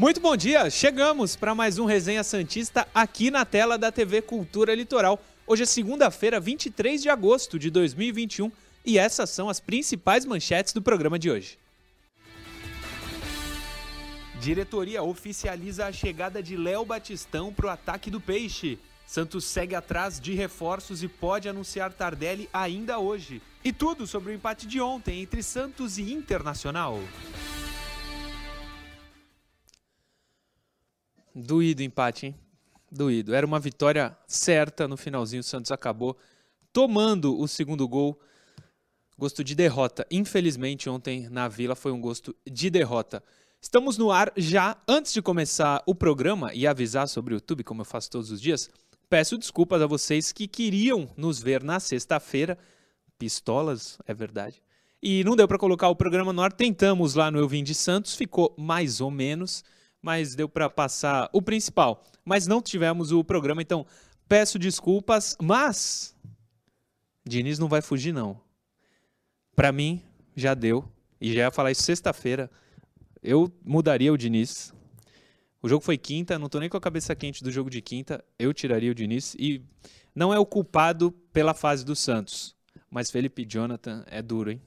Muito bom dia, chegamos para mais um Resenha Santista aqui na tela da TV Cultura Litoral. Hoje é segunda-feira, 23 de agosto de 2021 e essas são as principais manchetes do programa de hoje. Diretoria oficializa a chegada de Léo Batistão para o ataque do Peixe. Santos segue atrás de reforços e pode anunciar Tardelli ainda hoje. E tudo sobre o empate de ontem entre Santos e Internacional. Doído o empate, hein? Doído. Era uma vitória certa, no finalzinho o Santos acabou tomando o segundo gol. Gosto de derrota. Infelizmente ontem na Vila foi um gosto de derrota. Estamos no ar já. Antes de começar o programa e avisar sobre o YouTube, como eu faço todos os dias, peço desculpas a vocês que queriam nos ver na sexta-feira. Pistolas, é verdade. E não deu para colocar o programa no ar. Tentamos lá no Eu Vim de Santos, ficou mais ou menos, mas deu para passar o principal. Mas não tivemos o programa, então peço desculpas, mas Diniz não vai fugir não. Para mim, já deu, e já ia falar isso sexta-feira, eu mudaria o Diniz. O jogo foi quinta, não tô nem com a cabeça quente do jogo de quinta, eu tiraria o Diniz, e não é o culpado pela fase do Santos, mas Felipe Jonathan é duro, hein?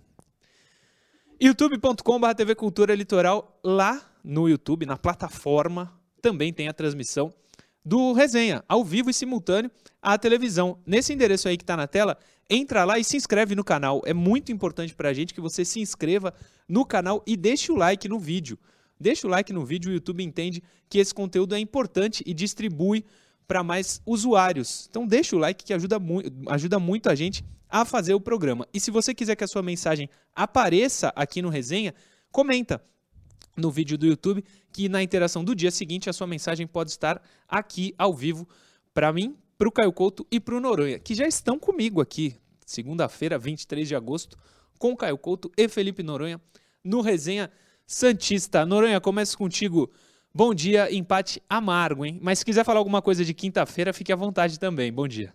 youtube.com/TV Cultura Litoral, lá no YouTube, na plataforma, também tem a transmissão do Resenha, ao vivo e simultâneo à televisão. Nesse endereço aí que está na tela, entra lá e se inscreve no canal. É muito importante para a gente que você se inscreva no canal e deixe o like no vídeo. Deixa o like no vídeo, o YouTube entende que esse conteúdo é importante e distribui para mais usuários. Então deixa o like que ajuda muito a gente a fazer o programa. E se você quiser que a sua mensagem apareça aqui no Resenha, comenta no vídeo do YouTube, que na interação do dia seguinte a sua mensagem pode estar aqui ao vivo para mim, para o Caio Couto e para o Noronha, que já estão comigo aqui, segunda-feira, 23 de agosto, com o Caio Couto e Felipe Noronha, no Resenha Santista. Noronha, começo contigo. Bom dia, empate amargo, hein? Mas se quiser falar alguma coisa de quinta-feira, fique à vontade também. Bom dia.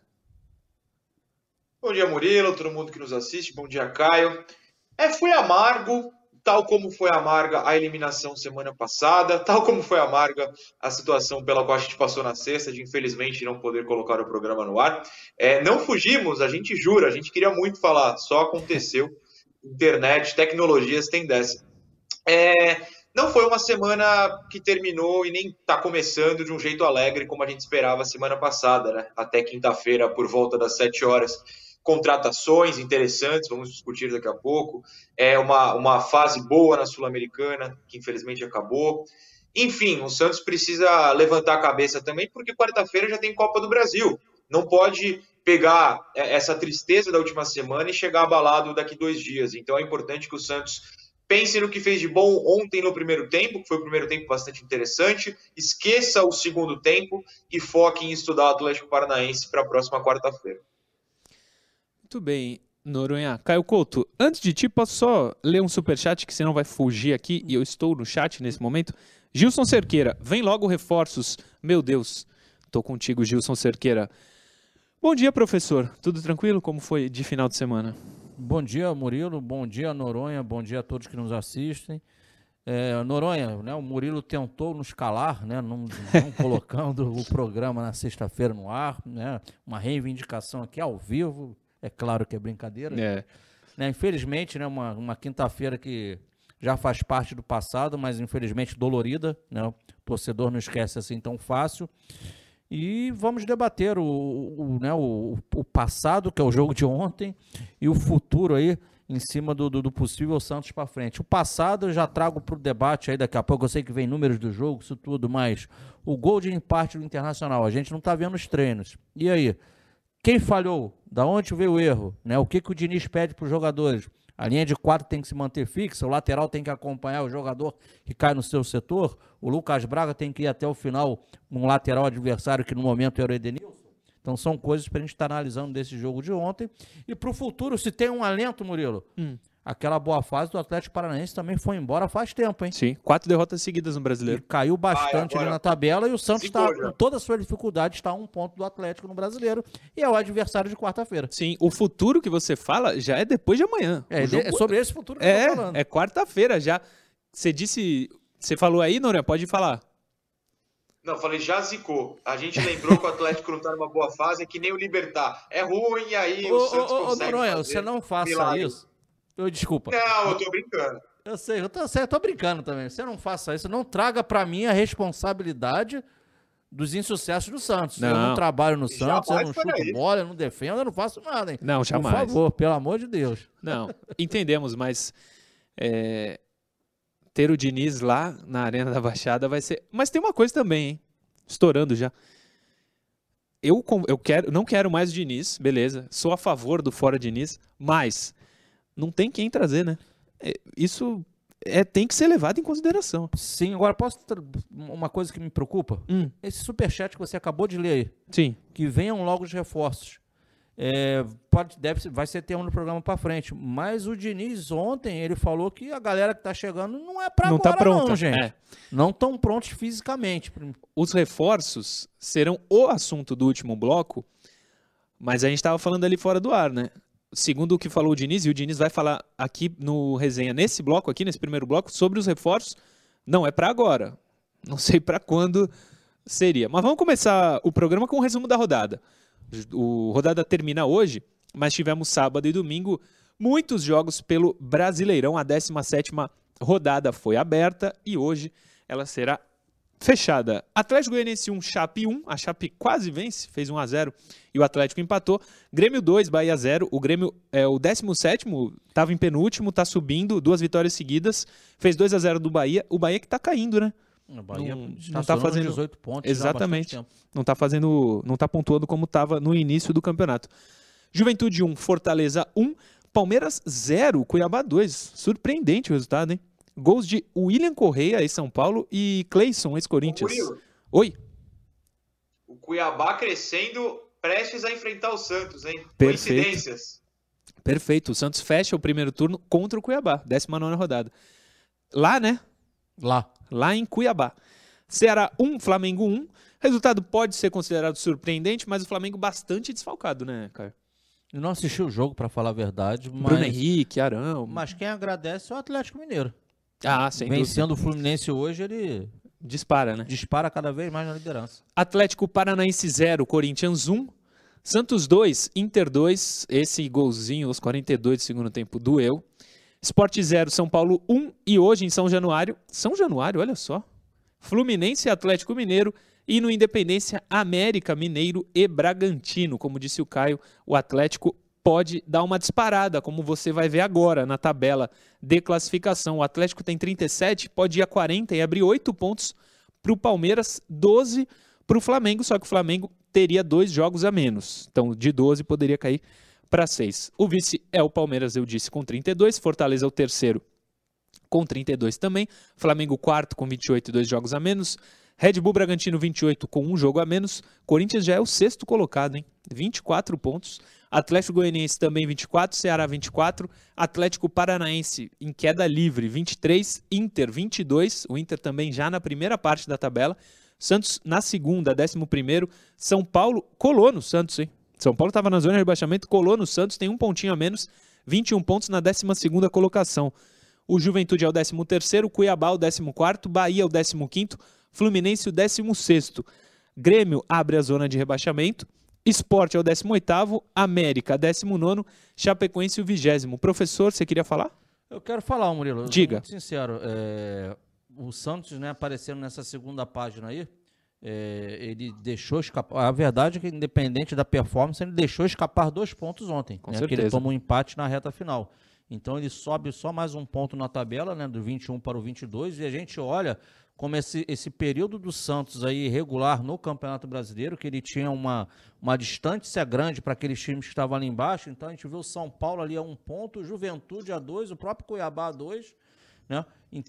Bom dia, Murilo, todo mundo que nos assiste. Bom dia, Caio. Foi amargo, tal como foi amarga a eliminação semana passada, tal como foi amarga a situação pela qual a gente passou na sexta, de infelizmente não poder colocar o programa no ar. Não fugimos, a gente jura, a gente queria muito falar, só aconteceu. Internet, tecnologias, tem dessa. Não foi uma semana que terminou e nem está começando de um jeito alegre como a gente esperava semana passada, né? Até quinta-feira, por volta das 7 horas. Contratações interessantes, vamos discutir daqui a pouco. Uma fase boa na Sul-Americana, que infelizmente acabou. Enfim, o Santos precisa levantar a cabeça também, porque quarta-feira já tem Copa do Brasil. Não pode pegar essa tristeza da última semana e chegar abalado daqui 2 dias. Então é importante que o Santos pense no que fez de bom ontem no primeiro tempo, que foi o primeiro tempo bastante interessante, esqueça o segundo tempo e foque em estudar o Atlético Paranaense para a próxima quarta-feira. Muito bem, Noronha. Caio Couto, antes de ti, posso só ler um superchat, que senão vai fugir aqui, e eu estou no chat nesse momento. Gilson Cerqueira, vem logo reforços. Meu Deus, tô contigo, Gilson Cerqueira. Bom dia, professor. Tudo tranquilo? Como foi de final de semana? Bom dia, Murilo. Bom dia, Noronha. Bom dia a todos que nos assistem. Noronha, né, o Murilo tentou nos calar, né, não colocando o programa na sexta-feira no ar, né, uma reivindicação aqui ao vivo. É claro que é brincadeira. Né, infelizmente, né, uma quinta-feira que já faz parte do passado, mas infelizmente dolorida, né, o torcedor não esquece assim tão fácil. E vamos debater o passado, que é o jogo de ontem, e o futuro aí, em cima do possível Santos para frente. O passado eu já trago para o debate aí daqui a pouco, eu sei que vem números do jogo, isso tudo, mas o gol de empate do Internacional, a gente não está vendo os treinos. E aí? Quem falhou? Da onde veio o erro? Né? O que o Diniz pede para os jogadores? A linha de 4 tem que se manter fixa, o lateral tem que acompanhar o jogador que cai no seu setor, o Lucas Braga tem que ir até o final um lateral adversário que no momento era o Edenilson. Então são coisas para a gente estar analisando desse jogo de ontem. E para o futuro, se tem um alento, Murilo, aquela boa fase do Atlético Paranaense também foi embora faz tempo, hein? Sim, 4 derrotas seguidas no Brasileiro. E caiu bastante ali na tabela e o Santos está, com toda a sua dificuldade, está a 1 ponto do Atlético no Brasileiro e é o adversário de quarta-feira. Sim, o futuro que você fala já é depois de amanhã. É sobre esse futuro que eu tô falando. É quarta-feira já. Você falou aí, Noronha, pode falar. Não, falei, já zicou. A gente lembrou que o Atlético não tá numa boa fase, é que nem o Libertad. É ruim, e aí o Santos consegue Noronha, fazer você não faça milagre. isso. Desculpa. Não, eu tô brincando. Eu sei, eu tô brincando também. Você não faça isso, não traga pra mim a responsabilidade dos insucessos do Santos. Eu não trabalho no Santos, eu não chuto bola, eu não defendo, eu não faço nada, hein? Não, jamais. Por favor, pelo amor de Deus. Não, entendemos, mas ter o Diniz lá na Arena da Baixada vai ser... Mas tem uma coisa também, hein? Estourando já. Eu não quero mais o Diniz, beleza. Sou a favor do fora Diniz, mas não tem quem trazer, né? Isso tem que ser levado em consideração. Sim, agora uma coisa que me preocupa? Esse superchat que você acabou de ler aí. Sim. Que venham logo os reforços. Vai ser tema no programa para frente. Mas o Diniz ontem, ele falou que a galera que tá chegando não é para agora tá pronta, não, gente. Não estão prontos fisicamente. Os reforços serão o assunto do último bloco, mas a gente estava falando ali fora do ar, né? Segundo o que falou o Diniz, e o Diniz vai falar aqui no resenha, nesse bloco aqui, nesse primeiro bloco, sobre os reforços, não é para agora. Não sei para quando seria. Mas vamos começar o programa com um resumo da rodada. A rodada termina hoje, mas tivemos sábado e domingo muitos jogos pelo Brasileirão. A 17ª rodada foi aberta e hoje ela será fechada. Atlético Goianiense 1, Chape 1. A Chape quase vence, fez 1-0 e o Atlético empatou. Grêmio 2, Bahia 0. O Grêmio é o 17º, estava em penúltimo, está subindo, 2 vitórias seguidas. Fez 2-0 do Bahia. O Bahia que está caindo, né? O Bahia não tá fazendo 18 pontos. Exatamente. Não tá pontuando como estava no início do campeonato. Juventude 1, Fortaleza 1. Palmeiras 0, Cuiabá 2. Surpreendente o resultado, hein? Gols de William Correia, ex-São Paulo, e Cleison, ex-Corinthians. Oi. O Cuiabá crescendo, prestes a enfrentar o Santos, hein? Perfeito. Coincidências. Perfeito. O Santos fecha o primeiro turno contra o Cuiabá, 19ª rodada. Lá, né? Lá em Cuiabá. Ceará 1, Flamengo 1. Resultado pode ser considerado surpreendente, mas o Flamengo bastante desfalcado, né, Caio? Eu não assisti o jogo, para falar a verdade. Bruno Henrique, Arão. Mas quem agradece é o Atlético Mineiro. Sem Vencendo o Fluminense hoje, ele dispara, né? Dispara cada vez mais na liderança. Atlético Paranaense 0, Corinthians 1. Santos 2, Inter 2. Esse golzinho aos 42 do segundo tempo doeu. Sport 0, São Paulo 1. E hoje em São Januário, olha só. Fluminense e Atlético Mineiro. E no Independência, América, Mineiro e Bragantino. Como disse o Caio, o Atlético pode dar uma disparada, como você vai ver agora na tabela de classificação. O Atlético tem 37, pode ir a 40 e abrir 8 pontos para o Palmeiras, 12 para o Flamengo, só que o Flamengo teria 2 jogos a menos. Então, de 12 poderia cair para 6. O vice é o Palmeiras, eu disse, com 32. Fortaleza o terceiro com 32 também. Flamengo quarto com 28 e 2 jogos a menos. Red Bull Bragantino 28 com 1 jogo a menos. Corinthians já é o sexto colocado, hein? 24 pontos. Atlético Goianiense também 24, Ceará 24, Atlético Paranaense em queda livre 23, Inter 22, o Inter também já na primeira parte da tabela, Santos na segunda, 11º, São Paulo colou no Santos, hein? São Paulo estava na zona de rebaixamento, colou no Santos, tem um pontinho a menos, 21 pontos na 12ª colocação. O Juventude é o 13º, Cuiabá o 14º, Bahia o 15º, Fluminense o 16º. Grêmio abre a zona de rebaixamento. Sport é o 18º, América 19º, Chapecoense o 20º. Professor, você queria falar? Eu quero falar, Murilo. Diga. Muito sincero, o Santos, né, aparecendo nessa segunda página aí, ele deixou escapar. A verdade é que, independente da performance, ele deixou escapar 2 pontos ontem. Com né, certeza. Porque ele tomou um empate na reta final. Então ele sobe só mais um ponto na tabela, né, do 21 para o 22, e a gente olha como esse período do Santos aí irregular no Campeonato Brasileiro, que ele tinha uma distância grande para aqueles times que estavam ali embaixo. Então a gente vê o São Paulo ali a 1 ponto, o Juventude a 2, o próprio Cuiabá a 2, né?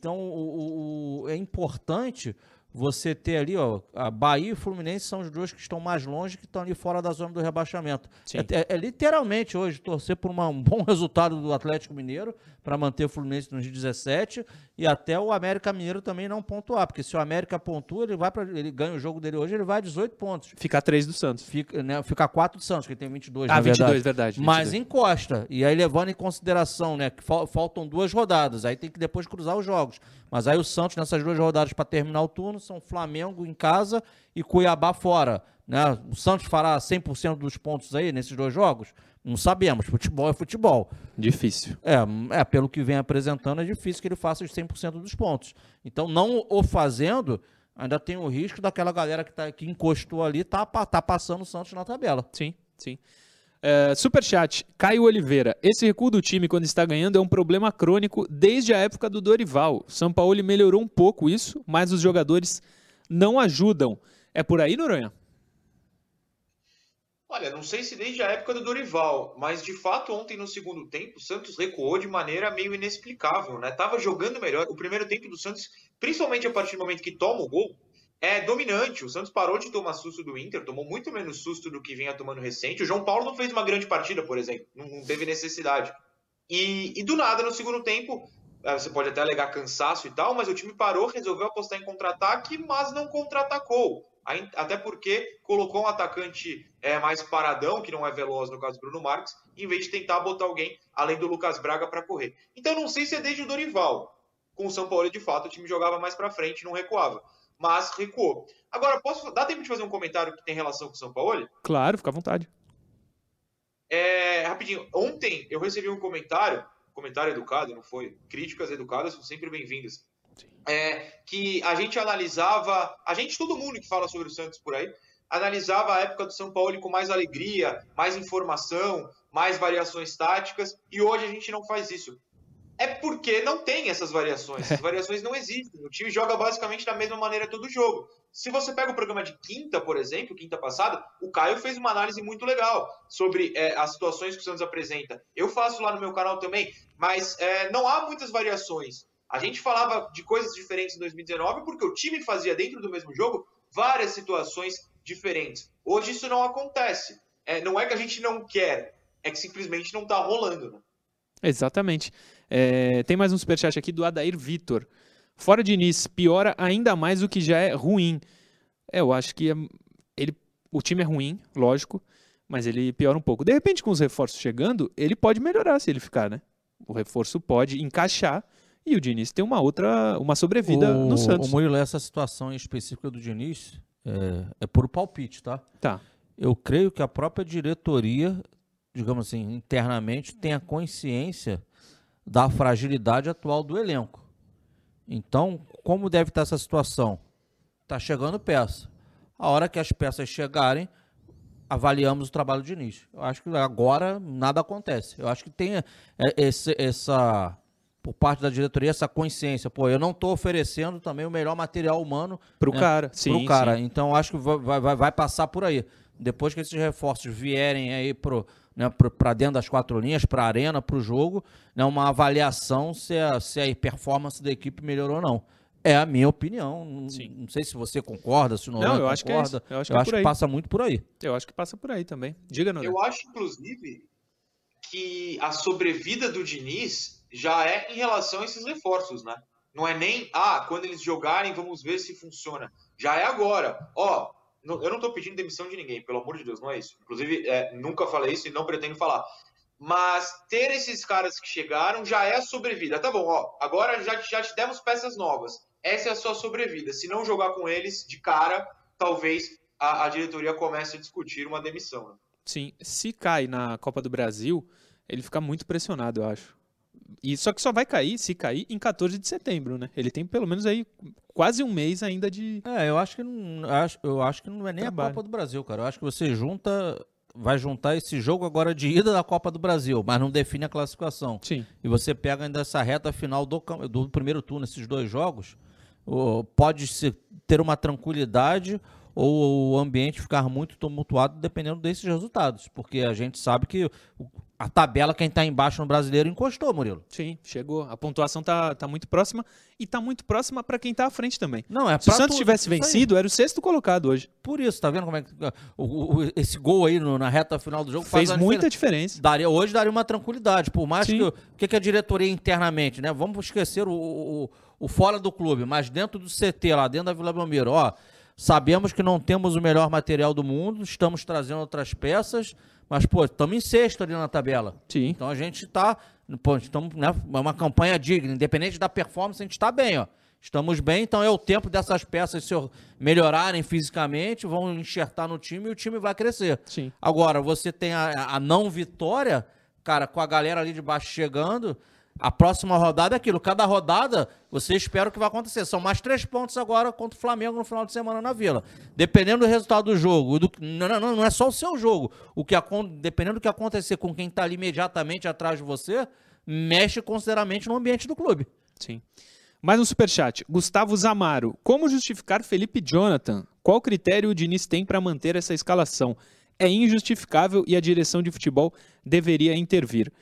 Então é importante você ter ali, ó, a Bahia e o Fluminense são os dois que estão mais longe, que estão ali fora da zona do rebaixamento. É literalmente hoje torcer por um bom resultado do Atlético Mineiro para manter o Fluminense nos 17 e até o América Mineiro também não pontuar, porque se o América pontua, ele ganha o jogo dele hoje, ele vai a 18 pontos. Fica 3 do Santos. Fica 4 do Santos, que ele tem 22, Ah, na 22, verdade. 22. Mas encosta. E aí, levando em consideração, né, que faltam 2 rodadas, aí tem que depois cruzar os jogos. Mas aí o Santos, nessas 2 rodadas para terminar o turno, são Flamengo em casa e Cuiabá fora. Né? O Santos fará 100% dos pontos aí nesses 2 jogos? Não sabemos. Futebol é futebol. Difícil. Pelo que vem apresentando, é difícil que ele faça os 100% dos pontos. Então, não o fazendo, ainda tem o risco daquela galera que encostou ali tá passando o Santos na tabela. Sim, sim. Superchat, Caio Oliveira. Esse recuo do time quando está ganhando é um problema crônico desde a época do Dorival. Sampaoli melhorou um pouco isso, mas os jogadores não ajudam. É por aí, Noronha? Olha, não sei se desde a época do Dorival, mas de fato ontem no segundo tempo o Santos recuou de maneira meio inexplicável, né? Tava jogando melhor. O primeiro tempo do Santos, principalmente a partir do momento que toma o gol, é dominante. O Santos parou de tomar susto do Inter, tomou muito menos susto do que vinha tomando recente. O João Paulo não fez uma grande partida, por exemplo, não teve necessidade. E do nada, no segundo tempo, você pode até alegar cansaço e tal, mas o time parou, resolveu apostar em contra-ataque, mas não contra-atacou. Até porque colocou um atacante mais paradão, que não é veloz, no caso do Bruno Marques, em vez de tentar botar alguém além do Lucas Braga para correr. Então não sei se é desde o Dorival. Com o São Paulo, de fato, o time jogava mais para frente, não recuava. Mas recuou. Agora, dá tempo de fazer um comentário que tem relação com o São Paulo? Claro, fica à vontade. Rapidinho. Ontem eu recebi um comentário educado, não foi? Críticas educadas são sempre bem-vindas. Que a gente analisava, todo mundo que fala sobre o Santos por aí, analisava a época do São Paulo com mais alegria, mais informação, mais variações táticas, e hoje a gente não faz isso. É porque não tem essas variações não existem, o time joga basicamente da mesma maneira todo jogo. Se você pega o programa de quinta, por exemplo, quinta passada, o Caio fez uma análise muito legal sobre as situações que o Santos apresenta. Eu faço lá no meu canal também, mas não há muitas variações. A gente falava de coisas diferentes em 2019 porque o time fazia dentro do mesmo jogo várias situações diferentes. Hoje isso não acontece. Não é que a gente não quer, é que simplesmente não está rolando. Né? Exatamente. Tem mais um superchat aqui do Adair Vitor. Fora de Diniz, piora ainda mais o que já é ruim. Eu acho que o time é ruim, lógico, mas ele piora um pouco. De repente, com os reforços chegando, ele pode melhorar se ele ficar, né? O reforço pode encaixar e o Diniz tem uma sobrevida no Santos. O Murilo, essa situação específica do Diniz é por palpite, tá? Tá. Eu creio que a própria diretoria, digamos assim, internamente, tem a consciência da fragilidade atual do elenco. Então, como deve estar essa situação? Está chegando peça. A hora que as peças chegarem, avaliamos o trabalho do Diniz. Eu acho que agora nada acontece. Eu acho que tem essa, por parte da diretoria, essa consciência. Pô, eu não estou oferecendo também o melhor material humano pro cara. Sim, pro cara. Sim. Então, acho que vai passar por aí. Depois que esses reforços vierem aí para dentro das 4 linhas, para a arena, para o jogo, né, uma avaliação se a performance da equipe melhorou ou não. É a minha opinião. Não sei se você concorda, se o Noronha concorda. Acho que é isso. Eu acho que passa muito por aí. Eu acho que passa por aí também. Diga, Noronha. Eu acho, inclusive, que a sobrevida do Diniz já é em relação a esses reforços, né? Não é nem, quando eles jogarem, vamos ver se funciona. Já é agora. Eu não estou pedindo demissão de ninguém, pelo amor de Deus, não é isso. Inclusive, nunca falei isso e não pretendo falar. Mas ter esses caras que chegaram já é a sobrevida. Tá bom, agora já te demos peças novas. Essa é a sua sobrevida. Se não jogar com eles de cara, talvez a diretoria comece a discutir uma demissão. Né? Sim, se cai na Copa do Brasil, ele fica muito pressionado, eu acho. Só que só vai cair, se cair, em 14 de setembro, né? Ele tem pelo menos aí quase um mês ainda de... Eu acho que não é nem trabalho. A Copa do Brasil, cara. Eu acho que você vai juntar esse jogo agora de ida da Copa do Brasil, mas não define a classificação. Sim. E você pega ainda essa reta final do primeiro turno, esses 2 jogos, pode ter uma tranquilidade ou o ambiente ficar muito tumultuado dependendo desses resultados, porque a gente sabe que a tabela, quem tá embaixo no Brasileiro encostou, Murilo. Sim, chegou. A pontuação tá muito próxima e tá muito próxima para quem tá à frente também. Não, é Se o Santos tivesse vencido, era o 6º colocado hoje. Por isso, tá vendo como é que esse gol aí na reta final do jogo fez muita diferença. Hoje daria uma tranquilidade, por mais Sim. que a diretoria internamente, né? Vamos esquecer o fora do clube, mas dentro do CT, lá dentro da Vila Belmiro, ó, sabemos que não temos o melhor material do mundo, estamos trazendo outras peças, mas, pô, estamos em sexto ali na tabela. Sim. Então a gente tá, pô, estamos, né, é uma campanha digna, independente da performance, a gente tá bem, ó. Estamos bem, então é o tempo dessas peças se melhorarem fisicamente, vão enxertar no time e o time vai crescer. Sim. Agora, você tem a não vitória, cara, com a galera ali de baixo chegando, a próxima rodada é aquilo. Cada rodada, você espera o que vai acontecer. São mais 3 pontos agora contra o Flamengo no final de semana na Vila. Dependendo do resultado do jogo, não é só o seu jogo. Dependendo do que acontecer com quem está ali imediatamente atrás de você, mexe consideravelmente no ambiente do clube. Sim. Mais um superchat. Gustavo Zamaro. Como justificar Felipe Jonathan? Qual critério o Diniz tem para manter essa escalação? É injustificável e a direção de futebol deveria intervir.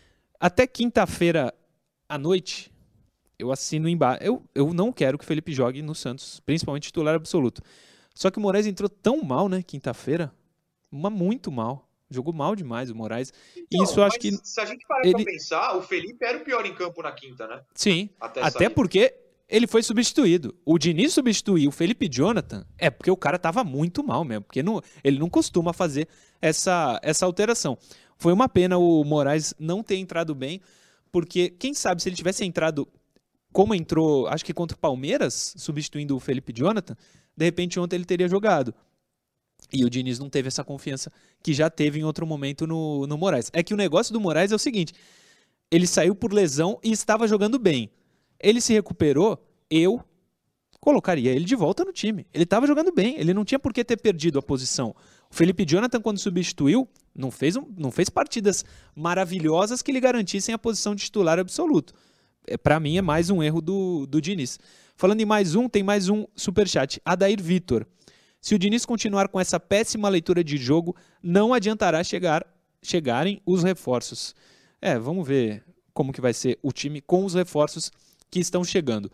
Até quinta-feira à noite, eu assino embaixo. Eu não quero que o Felipe jogue no Santos, principalmente titular absoluto. Só que o Moraes entrou tão mal, né, quinta-feira. Muito mal. Jogou mal demais o Moraes. Então, e isso eu acho que... Se a gente parar pra pensar, o Felipe era o pior em campo na quinta, né? Sim, até porque ele foi substituído. O Diniz substituiu o Felipe Jonathan porque o cara tava muito mal mesmo, porque ele não costuma fazer essa alteração. Foi uma pena o Moraes não ter entrado bem, porque quem sabe se ele tivesse entrado como entrou, acho que contra o Palmeiras, substituindo o Felipe Jonathan, de repente ontem ele teria jogado. E o Diniz não teve essa confiança que já teve em outro momento no Moraes. É que o negócio do Moraes é o seguinte, ele saiu por lesão e estava jogando bem. Ele se recuperou, eu colocaria ele de volta no time. Ele estava jogando bem, ele não tinha por que ter perdido a posição. O Felipe Jonathan, quando substituiu, não fez partidas maravilhosas que lhe garantissem a posição de titular absoluto. Para mim é mais um erro do Diniz. Falando em mais um, tem mais um superchat. Adair Vitor. Se o Diniz continuar com essa péssima leitura de jogo, não adiantará chegarem os reforços. Vamos ver como que vai ser o time com os reforços que estão chegando.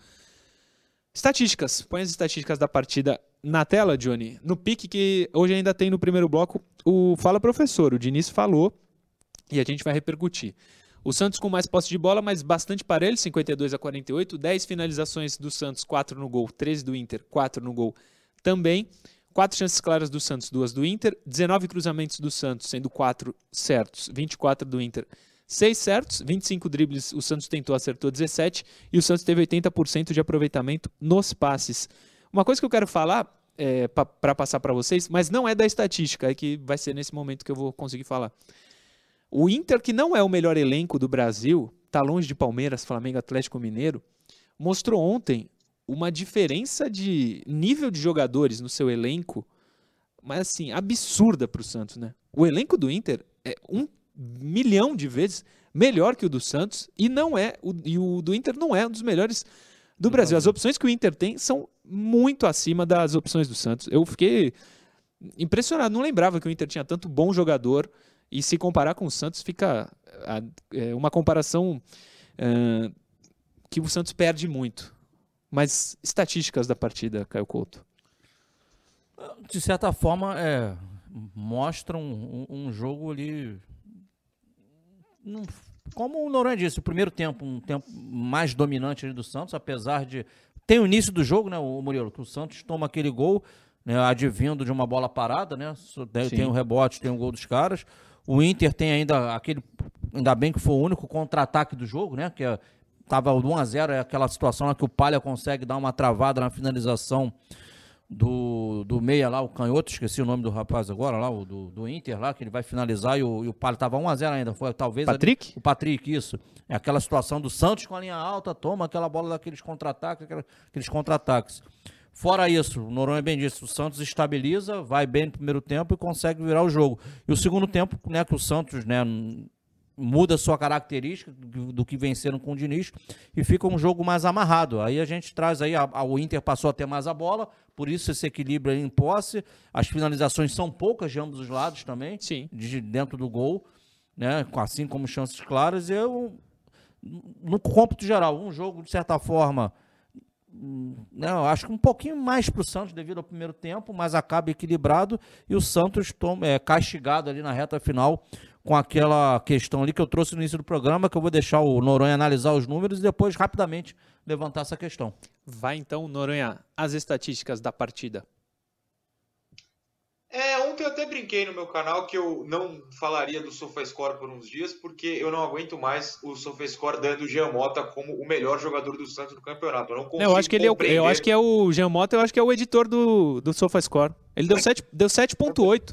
Estatísticas. Põe as estatísticas da partida na tela, Johnny. No pique que hoje ainda tem no primeiro bloco o Fala Professor. O Diniz falou e a gente vai repercutir. O Santos com mais posse de bola, mas bastante parelho, 52-48. 10 finalizações do Santos, 4 no gol. 13 do Inter, 4 no gol também. 4 chances claras do Santos, 2 do Inter. 19 cruzamentos do Santos, sendo 4 certos. 24 do Inter, 6 certos. 25 dribles, o Santos tentou, acertou 17. E o Santos teve 80% de aproveitamento nos passes. Uma coisa que eu quero falar, para passar para vocês, mas não é da estatística, é que vai ser nesse momento que eu vou conseguir falar. O Inter, que não é o melhor elenco do Brasil, está longe de Palmeiras, Flamengo, Atlético Mineiro, mostrou ontem uma diferença de nível de jogadores no seu elenco, mas assim, absurda para o Santos, né? O elenco do Inter é 1 milhão de vezes melhor que o do Santos e o do Inter não é um dos melhores do Brasil. As opções que o Inter tem são muito acima das opções do Santos. Eu fiquei impressionado, não lembrava que o Inter tinha tanto bom jogador. E se comparar com o Santos, fica uma comparação que o Santos perde muito. Mas estatísticas da partida, Caio Couto. De certa forma, mostra um jogo ali... Como o Noronha disse, o primeiro tempo, um tempo mais dominante ali do Santos, apesar de... Tem o início do jogo, né, o Murilo, que o Santos toma aquele gol, né, advindo de uma bola parada, né? Tem o rebote, tem o gol dos caras. O Inter tem ainda bem que foi o único contra-ataque do jogo, né? Que estava 1-0, é aquela situação lá que o Palha consegue dar uma travada na finalização do meia lá, o canhoto, esqueci o nome do rapaz agora, lá, do Inter lá, que ele vai finalizar e o Palha estava 1-0 ainda, foi talvez... Patrick? O Patrick, isso. É aquela situação do Santos com a linha alta, toma aquela bola daqueles contra-ataques. Fora isso, o Noronha bem disse, o Santos estabiliza, vai bem no primeiro tempo e consegue virar o jogo. E o segundo tempo, né, que o Santos, né, muda sua característica do que venceram com o Diniz e fica um jogo mais amarrado. Aí a gente traz aí, o Inter passou a ter mais a bola, por isso esse equilíbrio aí em posse. As finalizações são poucas de ambos os lados também, Sim. dentro do gol. né? Assim como chances claras, no cômputo geral, um jogo, de certa forma, eu acho que um pouquinho mais para o Santos devido ao primeiro tempo, mas acaba equilibrado e o Santos castigado ali na reta final com aquela questão ali que eu trouxe no início do programa, que eu vou deixar o Noronha analisar os números e depois rapidamente levantar essa questão. Vai então, Noronha, as estatísticas da partida. Ontem eu até brinquei no meu canal que eu não falaria do SofaScore por uns dias, porque eu não aguento mais o SofaScore dando o Jean Mota como o melhor jogador do Santos no campeonato. Eu não consigo eu acho que eu acho que é o Jean Mota, eu acho que é o editor do SofaScore. Ele deu 7.8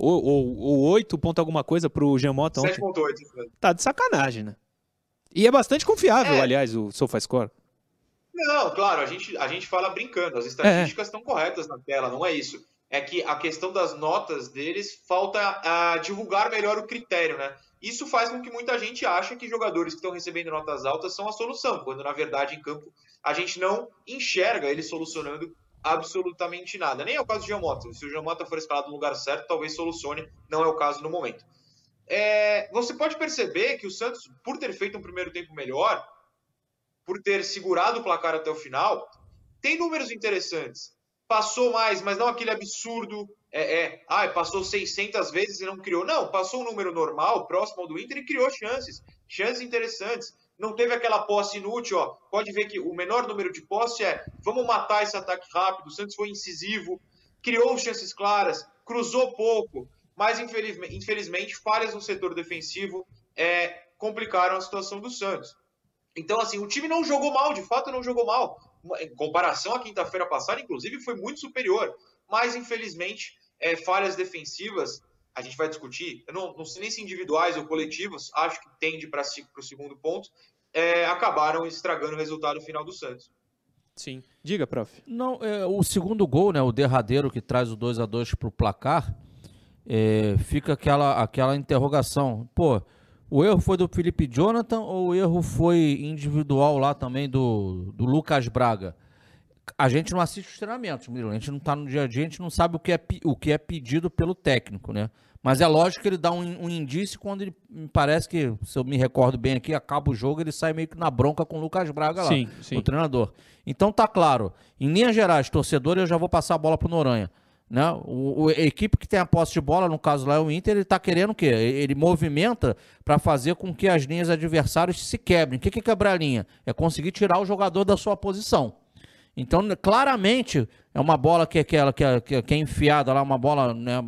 ou 8 ponto alguma coisa pro Jean Mota ontem. 7.8. Tá de sacanagem, né? E é bastante confiável, aliás, o SofaScore. Não, claro, a gente fala brincando, as estatísticas estão corretas na tela, não é isso. É que a questão das notas deles falta divulgar melhor o critério, né? Isso faz com que muita gente ache que jogadores que estão recebendo notas altas são a solução, quando na verdade em campo a gente não enxerga eles solucionando absolutamente nada. Nem é o caso do Jean Mota. Se o Jean Mota for escalado no lugar certo, talvez solucione, não é o caso no momento. Você pode perceber que o Santos, por ter feito um primeiro tempo melhor, por ter segurado o placar até o final, tem números interessantes. Passou mais, mas não aquele absurdo, passou 600 vezes e não criou. Não, passou um número normal, próximo ao do Inter, e criou chances interessantes. Não teve aquela posse inútil, ó. Pode ver que o menor número de posse vamos matar esse ataque rápido. O Santos foi incisivo, criou chances claras, cruzou pouco, mas infelizmente falhas no setor defensivo complicaram a situação do Santos. Então, assim, o time não jogou mal, de fato não jogou mal. Em comparação à quinta-feira passada, inclusive, foi muito superior. Mas, infelizmente, falhas defensivas, a gente vai discutir, eu não sei nem se individuais ou coletivos, acho que tende para o segundo ponto, acabaram estragando o resultado final do Santos. Sim. Diga, prof. Não, o segundo gol, né, o derradeiro que traz o 2-2 para o placar, fica aquela interrogação. Pô, o erro foi do Felipe Jonathan ou o erro foi individual lá também do Lucas Braga? A gente não assiste os treinamentos, Murilo. A gente não está no dia a dia, a gente não sabe o que é pedido pelo técnico, né? Mas é lógico que ele dá um indício quando ele, me parece que, se eu me recordo bem aqui, acaba o jogo, ele sai meio que na bronca com o Lucas Braga lá, sim. o treinador. Então tá claro, em linhas gerais, torcedor, eu já vou passar a bola pro Noronha. Né? A equipe que tem a posse de bola, no caso lá é o Inter, ele está querendo o quê? Ele movimenta para fazer com que as linhas adversárias se quebrem. O que é quebrar a linha? É conseguir tirar o jogador da sua posição. Então, claramente, é uma bola que é enfiada lá, uma bola, né,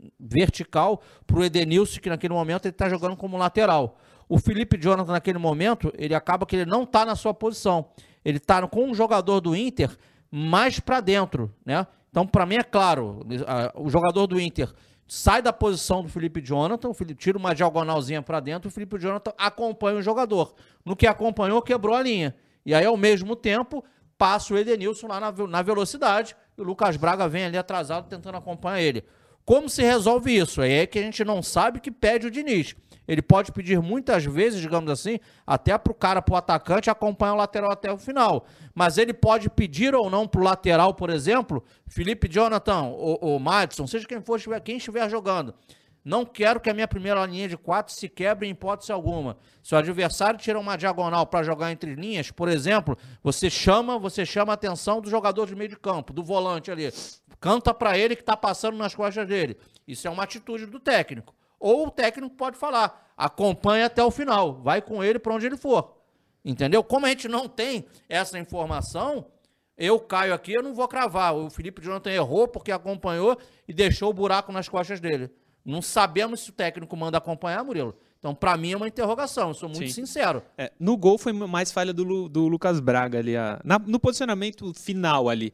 vertical para o Edenilson, que naquele momento ele está jogando como lateral. O Felipe Jonathan, naquele momento, ele acaba que ele não está na sua posição. Ele está com um jogador do Inter mais para dentro, né? Então, para mim é claro, o jogador do Inter sai da posição do Felipe Jonathan, tira uma diagonalzinha para dentro, o Felipe Jonathan acompanha o jogador. No que acompanhou, quebrou a linha. E aí, ao mesmo tempo, passa o Edenilson lá na velocidade e o Lucas Braga vem ali atrasado tentando acompanhar ele. Como se resolve isso? É que a gente não sabe que pede o Diniz. Ele pode pedir muitas vezes, digamos assim, até para o atacante acompanhar o lateral até o final. Mas ele pode pedir ou não para o lateral, por exemplo, Felipe Jonathan ou Madison, seja quem estiver jogando. Não quero que a minha primeira linha de 4 se quebre em hipótese alguma. Se o adversário tira uma diagonal para jogar entre linhas, por exemplo, você chama a atenção do jogador de meio de campo, do volante ali. Canta para ele que está passando nas costas dele. Isso é uma atitude do técnico. Ou o técnico pode falar, acompanha até o final, vai com ele para onde ele for. Entendeu? Como a gente não tem essa informação, eu caio aqui, eu não vou cravar. O Felipe Jonathan errou porque acompanhou e deixou o buraco nas costas dele. Não sabemos se o técnico manda acompanhar, Murilo. Então, para mim, é uma interrogação. Eu sou muito sincero. No gol foi mais falha do Lucas Braga ali. No posicionamento final ali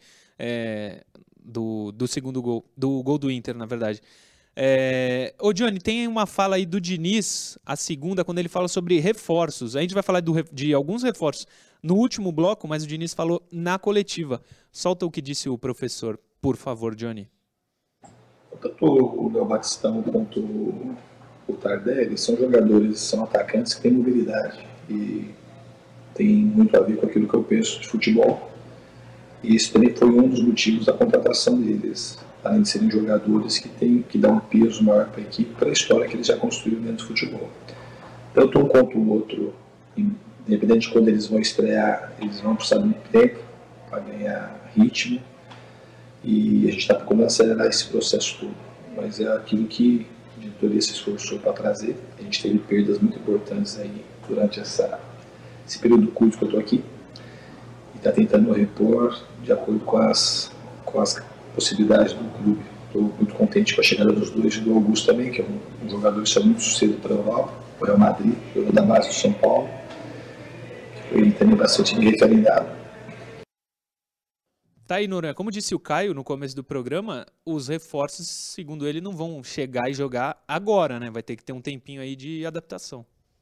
do segundo gol. Do gol do Inter, na verdade. Ô, Johnny, tem uma fala aí do Diniz, a segunda, quando ele fala sobre reforços. A gente vai falar de alguns reforços no último bloco, mas o Diniz falou na coletiva. Solta o que disse o professor, por favor, Johnny. Tanto o Léo Batistão quanto o Tardelli são jogadores, são atacantes que têm mobilidade e tem muito a ver com aquilo que eu penso de futebol. E esse também foi um dos motivos da contratação deles, além de serem jogadores que dão um peso maior para a equipe, para a história que eles já construíram dentro do futebol. Tanto um quanto o outro, independente de quando eles vão estrear, eles vão precisar de muito tempo para ganhar ritmo, e a gente está procurando acelerar esse processo todo. Mas é aquilo que a diretoria se esforçou para trazer. A gente teve perdas muito importantes aí durante esse período curto que eu estou aqui, e está tentando repor de acordo com as possibilidades do clube. Estou muito contente com a chegada dos dois, e do Augusto também, que é um jogador que saiu muito cedo para a Europa, foi ao Madrid, jogou da base do São Paulo, ele também bastante referendado. Tá aí, Noronha. Como disse o Caio no começo do programa, os reforços, segundo ele, não vão chegar e jogar agora, né? Vai ter que ter um tempinho aí de adaptação.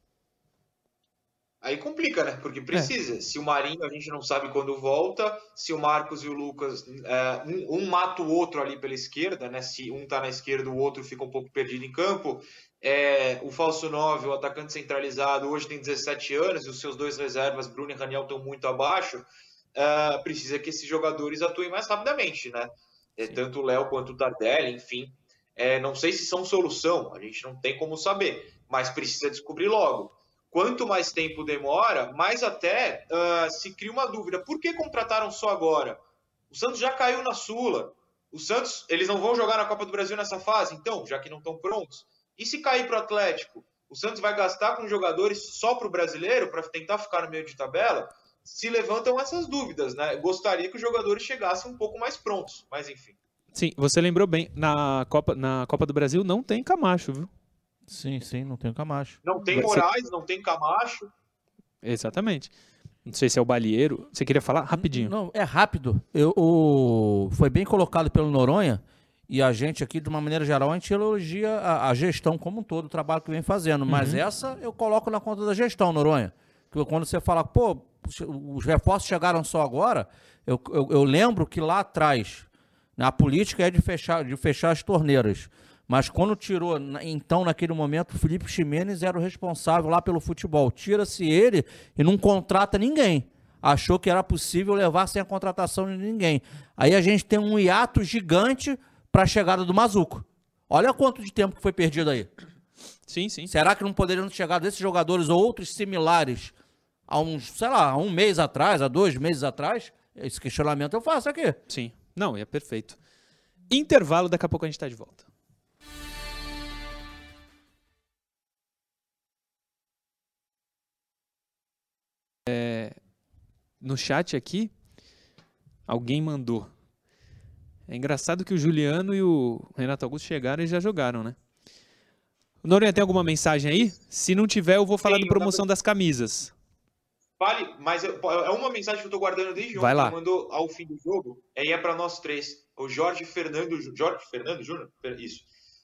Aí complica, né? Porque precisa. Se o Marinho a gente não sabe quando volta, se o Marcos e o Lucas, um mata o outro ali pela esquerda, né? Se um tá na esquerda, o outro fica um pouco perdido em campo. O falso 9, o atacante centralizado, hoje tem 17 anos, e os seus dois reservas, Bruno e Raniel, estão muito abaixo. Precisa que esses jogadores atuem mais rapidamente, né? Tanto o Léo quanto o Tardelli, enfim. Não sei se são solução, a gente não tem como saber, mas precisa descobrir logo. Quanto mais tempo demora, mais até se cria uma dúvida. Por que contrataram só agora? O Santos já caiu na Sula. O Santos, eles não vão jogar na Copa do Brasil nessa fase, então, já que não estão prontos. E se cair para o Atlético? O Santos vai gastar com jogadores só para o brasileiro, para tentar ficar no meio de tabela? Se levantam essas dúvidas, né? Gostaria que os jogadores chegassem um pouco mais prontos, mas enfim. Sim, você lembrou bem. Na Copa do Brasil não tem Camacho, viu? Sim, não tem o Camacho. Não tem Moraes, não tem Camacho. Exatamente. Não sei se é o Balieiro. Você queria falar? Rapidinho. Não, é rápido. Foi bem colocado pelo Noronha, e a gente aqui, de uma maneira geral, a gente elogia a gestão como um todo, o trabalho que vem fazendo. Mas essa eu coloco na conta da gestão, Noronha. Porque quando você fala, pô, os reforços chegaram só agora, eu lembro que lá atrás, né, a política é de fechar as torneiras. Mas quando tirou, então, naquele momento, o Felipe Ximenes era o responsável lá pelo futebol. Tira-se ele e não contrata ninguém. Achou que era possível levar sem a contratação de ninguém. Aí a gente tem um hiato gigante para a chegada do Mazuco. Olha quanto de tempo que foi perdido aí. Sim. Será que não poderiam chegar desses jogadores ou outros similares há um mês atrás, há 2 meses atrás? Esse questionamento eu faço aqui. Sim. Não, é perfeito. Intervalo, daqui a pouco a gente está de volta. No chat aqui, alguém mandou. É engraçado que o Juliano e o Renato Augusto chegaram e já jogaram, né? Noronha, tem alguma mensagem aí? Se não tiver, eu vou falar da promoção das camisas. Vale, mas é uma mensagem que eu tô guardando desde Vai ontem. lá. Ele mandou ao fim do jogo, e é para nós três. O Jorge Fernando Júnior? Isso.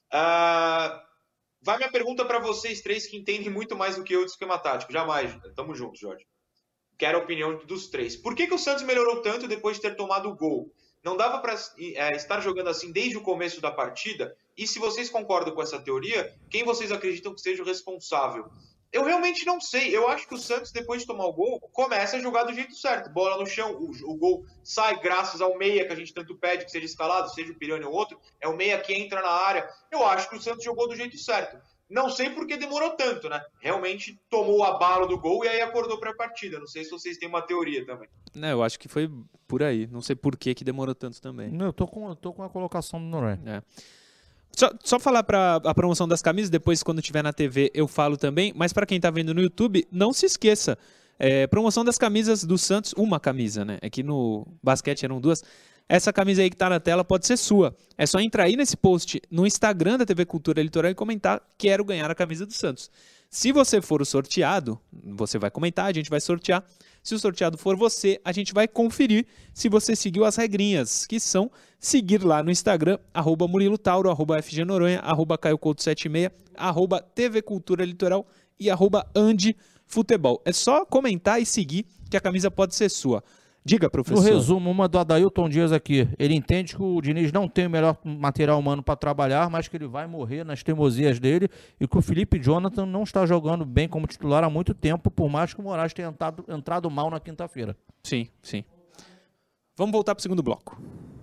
Vai minha pergunta para vocês três que entendem muito mais do que eu de esquema tático. Jamais. Tamo junto, Jorge. Quero a opinião dos três. Por que o Santos melhorou tanto depois de ter tomado o gol? Não dava para estar jogando assim desde o começo da partida? E se vocês concordam com essa teoria, quem vocês acreditam que seja o responsável? Eu realmente não sei. Eu acho que o Santos, depois de tomar o gol, começa a jogar do jeito certo. Bola no chão, o gol sai graças ao meia que a gente tanto pede que seja escalado, seja o Pirani ou outro. É o meia que entra na área. Eu acho que o Santos jogou do jeito certo. Não sei por que demorou tanto, né? Realmente tomou o abalo do gol e aí acordou para a partida. Não sei se vocês têm uma teoria também. Eu acho que foi por aí. Não sei por que demorou tanto também. Eu tô com a colocação do Noronha. Só falar para a promoção das camisas, depois quando tiver na TV eu falo também, mas para quem está vendo no YouTube, não se esqueça, promoção das camisas do Santos, uma camisa, né? Aqui no basquete eram 2. Essa camisa aí que está na tela pode ser sua. É só entrar aí nesse post no Instagram da TV Cultura Litoral e comentar: quero ganhar a camisa do Santos. Se você for o sorteado, você vai comentar, a gente vai sortear. Se o sorteado for você, a gente vai conferir se você seguiu as regrinhas, que são seguir lá no Instagram, @MuriloTauro, @FGNoronha, @CaioCouto76, @TV Cultura Litoral e @AndiFutebol. É só comentar e seguir que a camisa pode ser sua. Diga, professor. No resumo, uma do Adailton Dias aqui. Ele entende que o Diniz não tem o melhor material humano para trabalhar, mas que ele vai morrer nas teimosias dele e que o Felipe Jonathan não está jogando bem como titular há muito tempo, por mais que o Moraes tenha entrado mal na quinta-feira. Sim. Vamos voltar para o segundo bloco.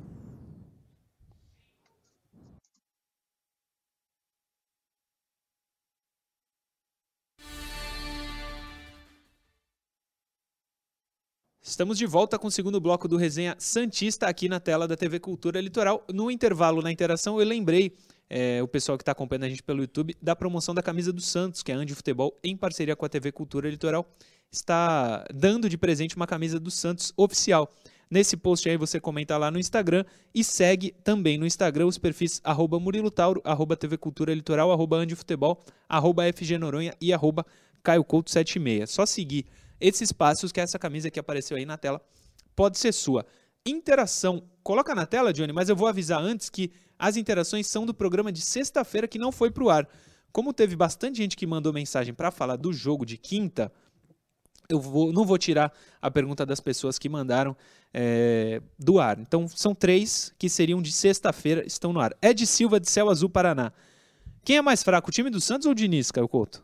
Estamos de volta com o segundo bloco do Resenha Santista aqui na tela da TV Cultura Litoral. No intervalo, na interação, eu lembrei o pessoal que está acompanhando a gente pelo YouTube da promoção da camisa do Santos, que a Andi Futebol, em parceria com a TV Cultura Litoral, está dando de presente uma camisa do Santos oficial. Nesse post aí você comenta lá no Instagram e segue também no Instagram os perfis @MuriloTauro, @TV Cultura Litoral, @Andi Futebol, @FG Noronha e @CaioCouto76. Só seguir esses passos que essa camisa que apareceu aí na tela pode ser sua. Interação, coloca na tela, Johnny, mas eu vou avisar antes que as interações são do programa de sexta-feira que não foi pro ar. Como teve bastante gente que mandou mensagem para falar do jogo de quinta, não vou tirar a pergunta das pessoas que mandaram do ar. Então são 3 que seriam de sexta-feira, estão no ar. Ed Silva, de Céu Azul, Paraná. Quem é mais fraco, o time do Santos ou o Diniz, Caio Couto?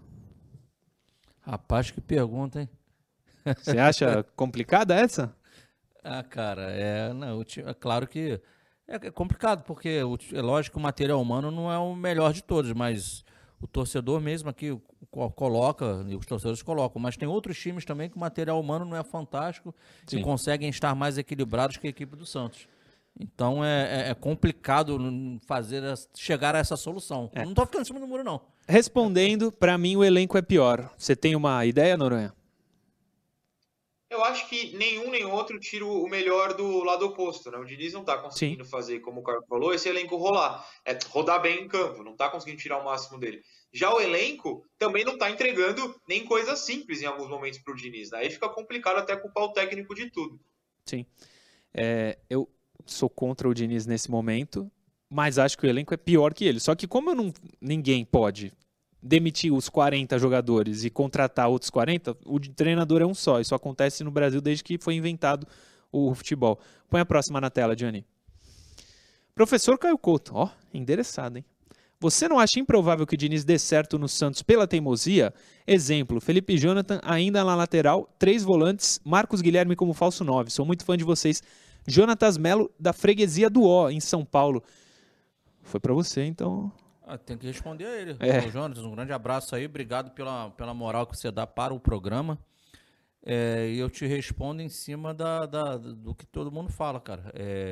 Rapaz, que pergunta, hein? Você acha complicada essa? Cara, é claro que é complicado, porque é lógico que o material humano não é o melhor de todos, mas o torcedor mesmo aqui coloca, e os torcedores colocam, mas tem outros times também que o material humano não é fantástico. Sim. E conseguem estar mais equilibrados que a equipe do Santos. Então é complicado chegar a essa solução. Não estou ficando em cima do muro, não. Respondendo, para mim o elenco é pior. Você tem uma ideia, Noronha? Eu acho que nenhum nem outro tira o melhor do lado oposto, né? O Diniz não tá conseguindo fazer, como o Caio falou, esse elenco rodar bem em campo, não tá conseguindo tirar o máximo dele. Já o elenco também não tá entregando nem coisas simples em alguns momentos pro Diniz, né? Aí fica complicado até culpar o técnico de tudo. Sim. Eu sou contra o Diniz nesse momento, mas acho que o elenco é pior que ele. Só que como ninguém pode demitir os 40 jogadores e contratar outros 40, o treinador é um só. Isso acontece no Brasil desde que foi inventado o futebol. Põe a próxima na tela, Johnny. Professor Caio Couto, endereçado, hein? Você não acha improvável que o Diniz dê certo no Santos pela teimosia? Exemplo, Felipe Jonathan ainda na lateral, 3 volantes, Marcos Guilherme como falso 9. Sou muito fã de vocês. Jonatas Melo, da Freguesia do Ó, em São Paulo. Foi para você, então... Tem que responder a ele. Ô, Jonas, um grande abraço aí. Obrigado pela moral que você dá para o programa. E eu te respondo em cima do que todo mundo fala, cara.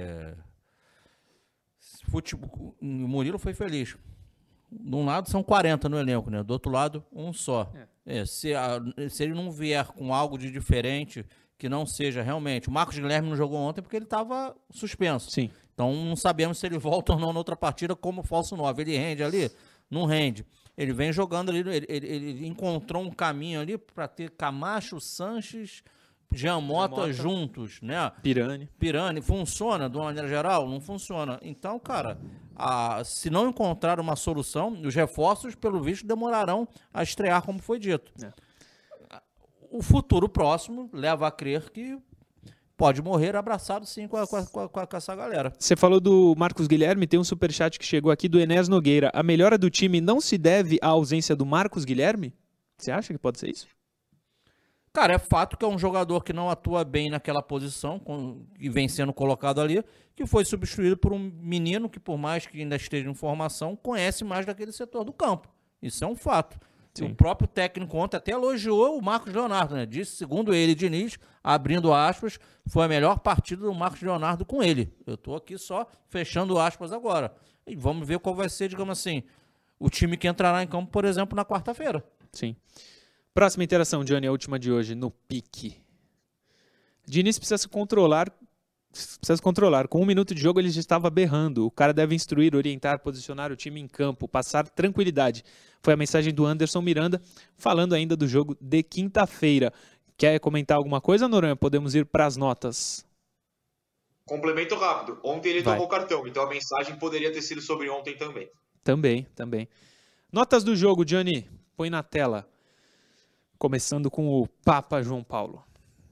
O Murilo foi feliz. De um lado são 40 no elenco, né? Do outro lado, um só. Se ele não vier com algo de diferente, que não seja realmente... O Marcos Guilherme não jogou ontem porque ele estava suspenso. Sim. Então não sabemos se ele volta ou não na outra partida como falso 9. Ele rende ali? Não rende. Ele vem jogando ali, ele encontrou um caminho ali para ter Camacho, Sanches, Jean Mota juntos, né? Pirani. Funciona de uma maneira geral? Não funciona. Então, cara, se não encontrar uma solução, os reforços, pelo visto, demorarão a estrear, como foi dito. O futuro próximo leva a crer que pode morrer abraçado, sim, com essa galera. Você falou do Marcos Guilherme, tem um superchat que chegou aqui do Enes Nogueira. A melhora do time não se deve à ausência do Marcos Guilherme? Você acha que pode ser isso? Cara, é fato que é um jogador que não atua bem naquela posição e vem sendo colocado ali, que foi substituído por um menino que, por mais que ainda esteja em formação, conhece mais daquele setor do campo. Isso é um fato. Sim. O próprio técnico ontem até elogiou o Marcos Leonardo, né? Disse, segundo ele, Diniz, abrindo aspas, foi a melhor partida do Marcos Leonardo com ele. Eu estou aqui só fechando aspas agora. E vamos ver qual vai ser, digamos assim, o time que entrará em campo, por exemplo, na quarta-feira. Sim. Próxima interação, Johnny, a última de hoje, no pique. Diniz precisa se controlar. Com 1 minuto de jogo ele já estava berrando. O cara deve instruir, orientar, posicionar o time em campo, passar tranquilidade. Foi a mensagem do Anderson Miranda, falando ainda do jogo de quinta-feira. Quer comentar alguma coisa, Noronha? Podemos ir para as notas. Complemento rápido. Ontem ele tomou cartão, então a mensagem poderia ter sido sobre ontem também. Também. Notas do jogo, Johnny. Põe na tela. Começando com o Papa João Paulo.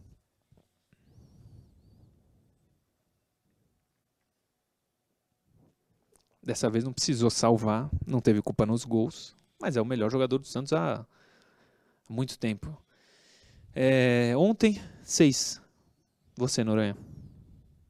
Dessa vez não precisou salvar, não teve culpa nos gols, mas é o melhor jogador do Santos há muito tempo. Ontem, 6. Você, Noronha.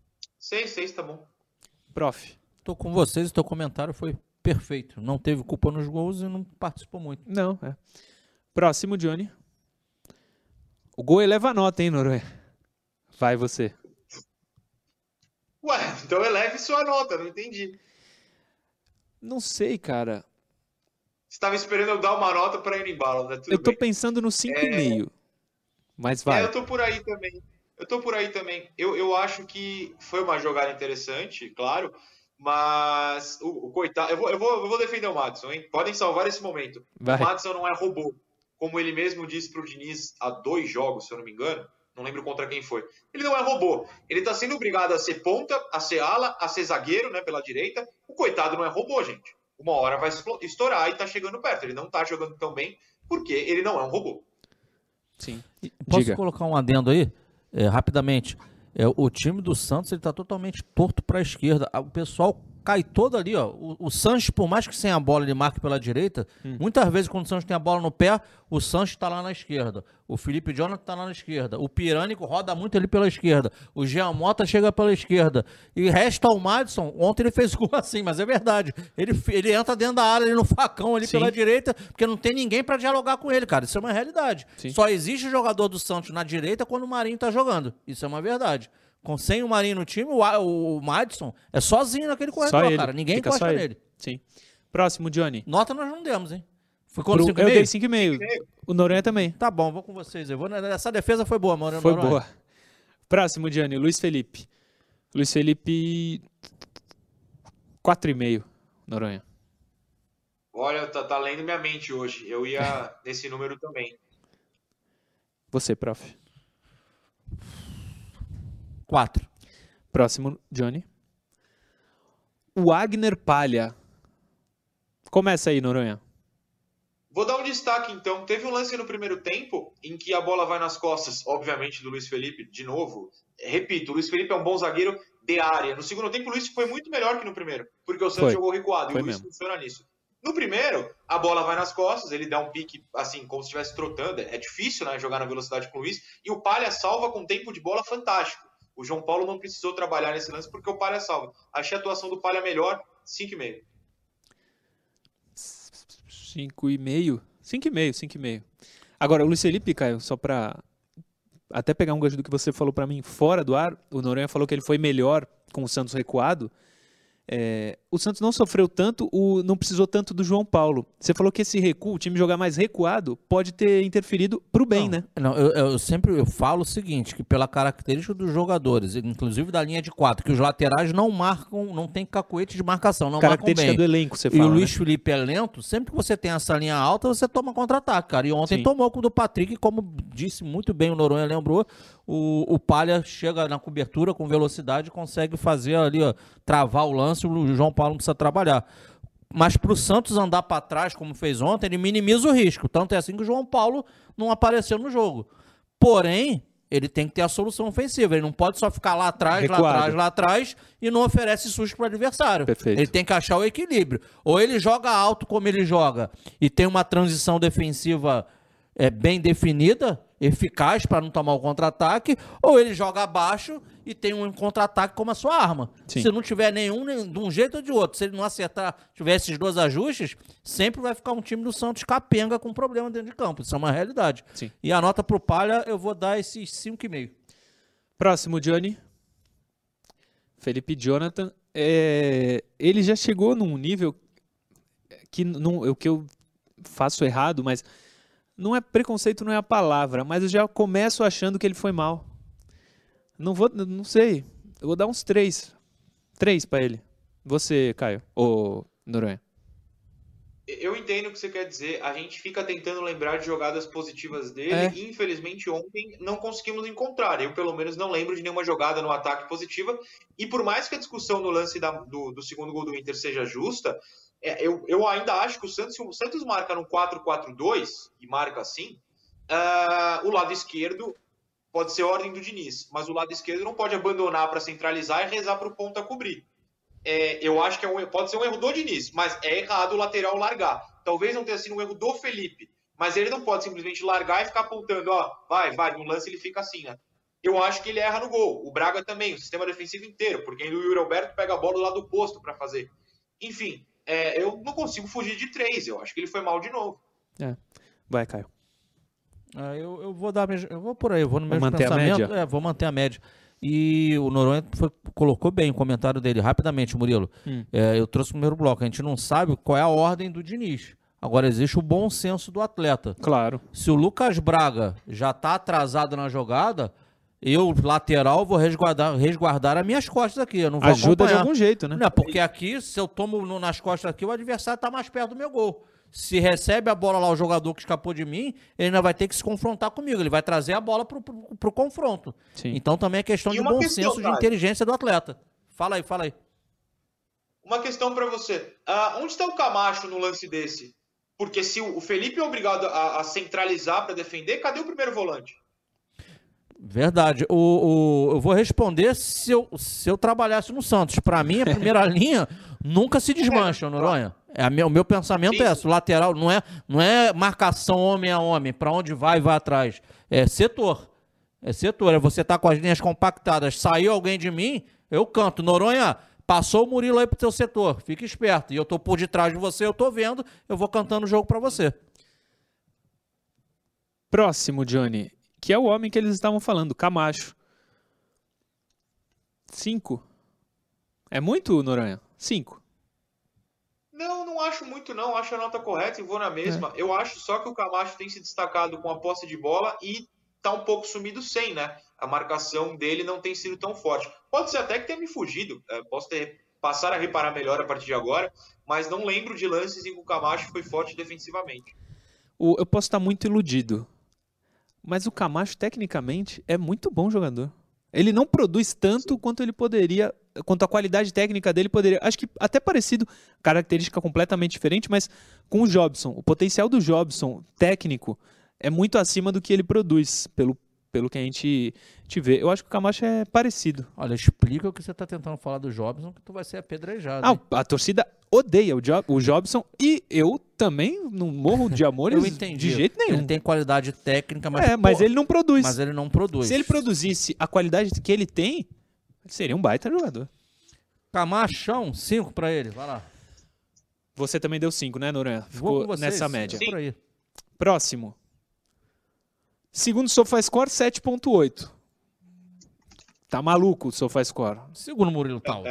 6 tá bom. Prof. Tô com vocês, teu comentário foi perfeito. Não teve culpa nos gols e não participou muito. Não, é. Próximo, Johnny. O gol eleva a nota, hein, Noronha? Vai você. Ué, então eleve sua nota, não entendi. Não sei, cara. Você estava esperando eu dar uma nota para ir embalo, né? Tudo Eu tô bem. pensando no 5,5. Mas vai. Eu tô por aí também. Eu acho que foi uma jogada interessante, claro, mas o coitado. Eu vou defender o Maddison, hein? Podem salvar esse momento. Vai. O Maddison não é robô. Como ele mesmo disse pro Diniz há 2 jogos, se eu não me engano. Não lembro contra quem foi. Ele não é robô. Ele tá sendo obrigado a ser ponta, a ser ala, a ser zagueiro, né, pela direita. O coitado não é robô, gente. Uma hora vai estourar e tá chegando perto. Ele não tá jogando tão bem porque ele não é um robô. Sim. Posso Diga. colocar um adendo aí? Rapidamente. O time do Santos ele tá totalmente torto para a esquerda. O pessoal cai todo ali, ó. O Sanches, por mais que sem a bola ele marque pela direita, muitas vezes quando o Sanches tem a bola no pé, o Sanches tá lá na esquerda. O Felipe Jonathan tá lá na esquerda. O Pirânico roda muito ali pela esquerda. O Jean Mota chega pela esquerda. E resta o Maddison. Ontem ele fez gol assim, mas é verdade. Ele entra dentro da área, ali no facão ali Sim. pela direita, porque não tem ninguém para dialogar com ele, cara. Isso é uma realidade. Sim. Só existe o jogador do Santos na direita quando o Marinho tá jogando. Isso é uma verdade. Sem o Marinho no time, o Maddison é sozinho naquele Só corredor, ele. cara. Ninguém Fica encosta só ele. nele. Sim. Próximo, Johnny. Nota nós não demos, hein? Ficou no Eu dei 5,5? 5,5. O Noronha também. Tá bom, vou com vocês. Essa defesa foi boa, mano. Foi boa. Próximo, Johnny. Luiz Felipe. Luiz Felipe... 4,5. Noronha. Olha, tá lendo minha mente hoje. Eu ia nesse número também. Você, prof. 4. Próximo, Johnny. O Wagner Palha. Começa aí, Noronha. Vou dar um destaque, então. Teve um lance no primeiro tempo em que a bola vai nas costas, obviamente, do Luiz Felipe. De novo, repito, o Luiz Felipe é um bom zagueiro de área. No segundo tempo, o Luiz foi muito melhor que no primeiro, porque o Santos jogou recuado e o Luiz funciona nisso. No primeiro, a bola vai nas costas, ele dá um pique, assim, como se estivesse trotando. É difícil, né, jogar na velocidade com o Luiz. E o Palha salva com tempo de bola fantástico. O João Paulo não precisou trabalhar nesse lance porque o Palha salva. Achei a atuação do Palha melhor, 5,5. 5,5? 5,5. Agora, o Luiz Felipe, Caio, só pra até pegar um gancho do que você falou pra mim fora do ar, o Noronha falou que ele foi melhor com o Santos recuado. O Santos não sofreu tanto, não precisou tanto do João Paulo. Você falou que esse recuo, o time jogar mais recuado, pode ter interferido pro bem, né? Não, eu sempre falo o seguinte, que pela característica dos jogadores, inclusive da linha de 4, que os laterais não marcam, não tem cacuete de marcação, não marcam bem. Característica do elenco, você E fala, o Luiz né? Felipe é lento, sempre que você tem essa linha alta, você toma contra-ataque, cara. E ontem tomou com o do Patrick, como disse muito bem o Noronha, lembrou, o Palha chega na cobertura com velocidade, consegue fazer ali, ó, travar o lance, o João Paulo não precisa trabalhar. Mas para o Santos andar para trás, como fez ontem, ele minimiza o risco. Tanto é assim que o João Paulo não apareceu no jogo. Porém, ele tem que ter a solução ofensiva. Ele não pode só ficar lá atrás, lá atrás e não oferece susto para o adversário. Perfeito. Ele tem que achar o equilíbrio. Ou ele joga alto como ele joga e tem uma transição defensiva bem definida, eficaz para não tomar o contra-ataque, ou ele joga abaixo e tem um contra-ataque como a sua arma. Sim. Se não tiver nenhum, de um jeito ou de outro, se ele não acertar, tiver esses 2 ajustes, sempre vai ficar um time do Santos capenga com problema dentro de campo. Isso é uma realidade. Sim. E a nota pro Palha, eu vou dar esses 5,5. Próximo, Johnny. Felipe Jonathan. Ele já chegou num nível que o que eu faço errado, mas não é preconceito, não é a palavra, mas eu já começo achando que ele foi mal. Não sei. Eu vou dar uns 3. 3 pra ele. Você, Caio. Ou Noronha. Eu entendo o que você quer dizer. A gente fica tentando lembrar de jogadas positivas dele e, infelizmente, ontem não conseguimos encontrar. Eu, pelo menos, não lembro de nenhuma jogada no ataque positiva. E por mais que a discussão no lance do segundo gol do Inter seja justa, eu ainda acho que se o Santos marca no 4-4-2 e marca assim, o lado esquerdo pode ser ordem do Diniz, mas o lado esquerdo não pode abandonar para centralizar e rezar para o ponta cobrir. Eu acho que pode ser um erro do Diniz, mas é errado o lateral largar. Talvez não tenha sido um erro do Felipe, mas ele não pode simplesmente largar e ficar apontando, ó, vai, no lance ele fica assim, né? eu acho que ele erra no gol. O Braga também, o sistema defensivo inteiro, porque ainda o Yuri Alberto pega a bola do lado oposto para fazer. Enfim, eu não consigo fugir de 3. Eu acho que ele foi mal de novo. Vai, Caio. Eu vou dar, eu vou por aí, eu vou no mesmo manter pensamento. a média? Vou manter a média. E o Noronha colocou bem o comentário dele, rapidamente, Murilo. Eu trouxe o primeiro bloco. A gente não sabe qual é a ordem do Diniz. Agora, existe o bom senso do atleta. Claro. Se o Lucas Braga já está atrasado na jogada, eu, lateral, vou resguardar as minhas costas aqui. Eu não vou Ajuda acompanhar. de algum jeito, né? Não, porque aqui, se eu tomo nas costas aqui, o adversário está mais perto do meu gol. Se recebe a bola lá, o jogador que escapou de mim, ele ainda vai ter que se confrontar comigo. Ele vai trazer a bola pro confronto. Sim. Então também é questão E de uma bom questão, senso, de Caio. inteligência do atleta. Fala aí. Uma questão para você. Onde está o Camacho no lance desse? Porque se o Felipe é obrigado a centralizar para defender, cadê o primeiro volante? Verdade. Eu vou responder se eu trabalhasse no Santos. Para mim, a primeira linha nunca se desmancha, Noronha. O meu pensamento é esse. O lateral não é marcação homem a homem, para onde vai atrás. É setor. É você tá com as linhas compactadas. Saiu alguém de mim, eu canto. Noronha, passou o Murilo aí pro teu setor. Fica esperto. E eu tô por detrás de você, eu tô vendo, eu vou cantando o jogo para você. Próximo, Johnny, que é o homem que eles estavam falando, Camacho. 5. É muito, Noronha? 5. Não acho muito não, acho a nota correta e vou na mesma. Eu acho só que o Camacho tem se destacado com a posse de bola e tá um pouco sumido sem, né? A marcação dele não tem sido tão forte. Pode ser até que tenha me fugido, posso passar a reparar melhor a partir de agora, mas não lembro de lances em que o Camacho foi forte defensivamente. Eu posso estar muito iludido, mas o Camacho, tecnicamente, é muito bom jogador. Ele não produz tanto quanto ele poderia, quanto a qualidade técnica dele poderia. Acho que até parecido, característica completamente diferente, mas com o Jobson. O potencial do Jobson técnico é muito acima do que ele produz, pelo que a gente vê. Eu acho que o Camacho é parecido. Olha, explica o que você está tentando falar do Jobson, que tu vai ser apedrejado. A torcida odeia o Jobson e eu também não morro de amores Eu entendi. de jeito nenhum. Ele tem qualidade técnica, mas, mas ele não produz. Mas ele não produz. Se ele produzisse a qualidade que ele tem, ele seria um baita jogador. Camachão, 5 para ele, vai lá. Você também deu 5, né, Noronha? Vou Ficou com vocês, nessa média. Por aí. Próximo. Segundo o SofaScore, 7.8. Tá maluco o SofaScore. Segundo Murilo Tal.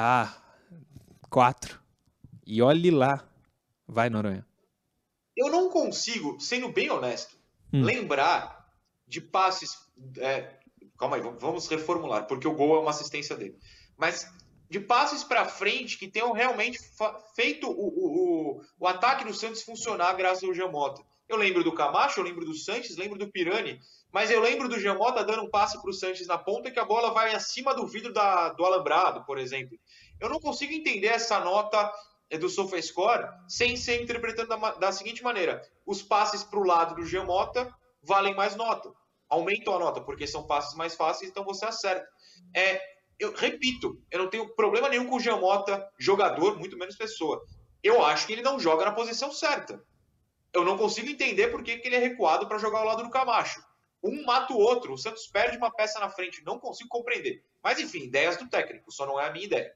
4. E olhe lá. Vai, Noronha. Eu não consigo, sendo bem honesto, lembrar de passes... calma aí, vamos reformular, porque o gol é uma assistência dele. Mas de passes para frente que tenham realmente feito o ataque do Santos funcionar graças ao Giamota. Eu lembro do Camacho, eu lembro do Sanches, lembro do Pirani, mas eu lembro do Giamota dando um passe para o Sanches na ponta que a bola vai acima do vidro do alambrado, por exemplo. Eu não consigo entender essa nota do SofaScore sem ser interpretando da seguinte maneira: os passes para o lado do Giamota valem mais nota, aumentam a nota, porque são passes mais fáceis, então você acerta. Eu repito, eu não tenho problema nenhum com o Giamota, jogador, muito menos pessoa. Eu acho que ele não joga na posição certa. Eu não consigo entender por que ele é recuado para jogar ao lado do Camacho. Um mata o outro, o Santos perde uma peça na frente, não consigo compreender. Mas enfim, ideias do técnico, só não é a minha ideia.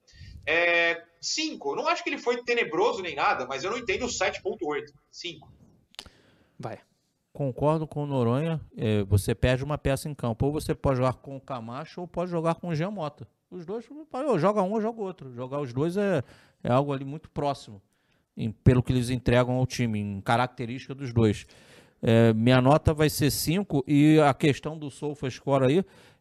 5, eu não acho que ele foi tenebroso nem nada, mas eu não entendo o 7.8. 5. Vai. Concordo com o Noronha, você perde uma peça em campo. Ou você pode jogar com o Camacho ou pode jogar com o Giamota. Os dois, joga um ou joga outro. Jogar os dois é algo ali muito próximo, pelo que eles entregam ao time, em característica dos dois. Minha nota vai ser 5 e a questão do SofaScore aí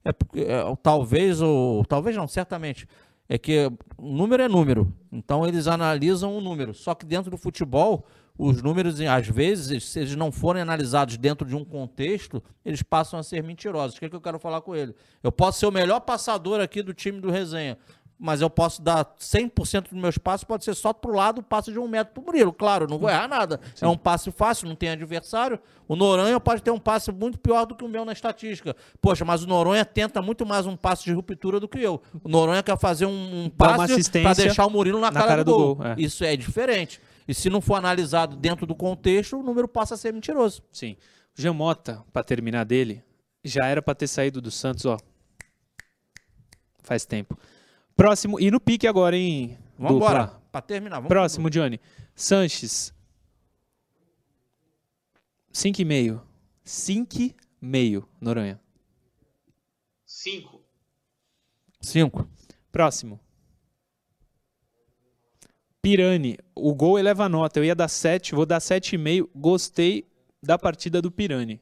talvez não, certamente, é que número é número, então eles analisam o número, só que dentro do futebol, os números, às vezes, se eles não forem analisados dentro de um contexto, eles passam a ser mentirosos. O que eu quero falar com ele? Eu posso ser o melhor passador aqui do time do Resenha, mas eu posso dar 100% dos meus passes, pode ser só pro lado, passe de 1 metro pro Murilo. Claro, não vou errar nada. Sim. É um passe fácil, não tem adversário. O Noronha pode ter um passe muito pior do que o meu na estatística. Poxa, mas o Noronha tenta muito mais um passe de ruptura do que eu. O Noronha quer fazer um passe para deixar o Murilo na cara do gol. Isso é diferente. E se não for analisado dentro do contexto, o número passa a ser mentiroso. Sim. O Giamota, para terminar dele, Já era pra ter saído do Santos, ó. Faz tempo. Próximo, e no pique agora, hein? Vamos embora, dupla. pra terminar. Vamos Próximo, Johnny. Sanches. 5,5. 5,5, Noronha. 5. 5. Próximo. Pirani. O gol eleva a nota. Eu ia dar 7, vou dar 7,5. Gostei da partida do Pirani.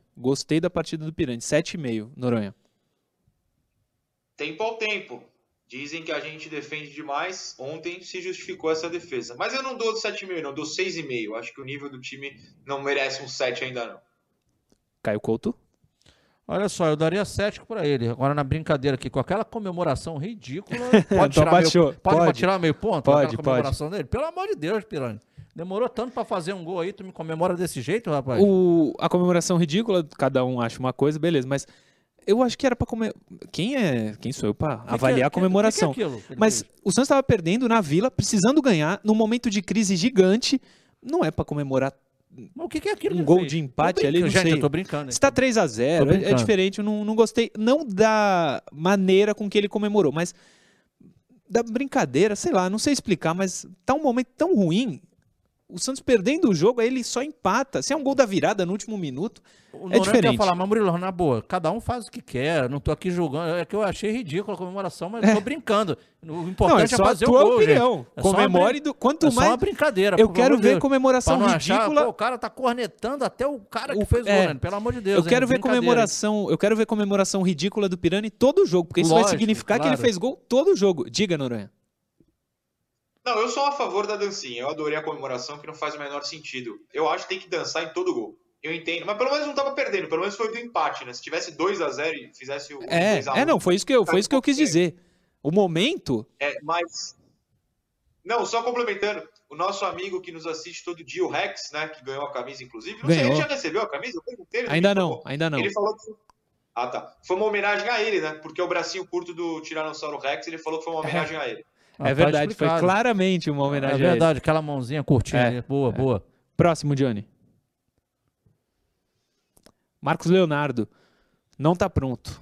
7,5, Noronha. Tempo ao tempo. Dizem que a gente defende demais. Ontem se justificou essa defesa. Mas eu não dou 7,5, não. Eu dou 6,5. Acho que o nível do time não merece um 7 ainda, não. Caio Couto. Olha só, eu daria 7 pra ele. Agora na brincadeira aqui, com aquela comemoração ridícula, pode Então tirar, pode tirar meio ponto? Pode, aquela comemoração dele? Pelo amor de Deus, Pirani. Demorou tanto pra fazer um gol aí, tu me comemora desse jeito, rapaz? A comemoração ridícula, cada um acha uma coisa, beleza, mas eu acho que era pra comer. Quem sou eu pra avaliar a comemoração? Que é aquilo que ele Mas fez? o Santos estava perdendo na Vila, precisando ganhar, num momento de crise gigante. Não é pra comemorar Mas o que é aquilo que um ele gol fez? de empate Tô ali, não brincando, gente, sei. eu tô brincando. Se tá 3-0, Tô é brincando. diferente, eu não gostei, não da maneira com que ele comemorou, mas da brincadeira, sei lá, não sei explicar, mas tá um momento tão ruim, o Santos perdendo o jogo, aí ele só empata, se é um gol da virada no último minuto, O é Noronha diferente. quer falar, mas Murilo, na boa, cada um faz o que quer, não tô aqui julgando, é que eu achei ridículo a comemoração, mas eu tô brincando. O Não, é importante é só a fazer o tua gol, opinião. gente. É só uma Comemore, quanto É só mais... uma brincadeira. Eu pelo quero amor de ver Deus. comemoração Pra não achar, ridícula. pô, o cara tá cornetando até o cara que O- fez o é. gol, né? Pelo amor de Deus. Eu quero hein? ver Brincadeira, comemoração, eu quero ver comemoração ridícula do Pirani todo jogo, porque isso vai Lógico, significar que ele claro. fez gol todo jogo. Diga, Noronha. Não, eu sou a favor da dancinha. Eu adorei a comemoração, que não faz o menor sentido. Eu acho que tem que dançar em todo gol. Eu entendo. Mas pelo menos não tava perdendo. Pelo menos foi do empate, né? Se tivesse 2-0 e fizesse o 2-1. Não, foi isso que eu quis dizer. O momento... Mas... Não, só complementando. O nosso amigo que nos assiste todo dia, o Rex, né? Que ganhou a camisa, inclusive. Não sei, Ganhou. ele já recebeu a camisa? Eu perguntei, ele Ainda me não, informou. ainda não. Ele falou que... Ah, tá. Foi uma homenagem a ele, né? Porque o bracinho curto do Tiranossauro Rex, ele falou que foi uma homenagem a ele. Ah, É tá verdade, foi explicado. claramente uma É homenagem a ele. verdade, aquela mãozinha curtinha ali. Boa, boa. Próximo, Johnny. Marcos Leonardo. Não tá pronto.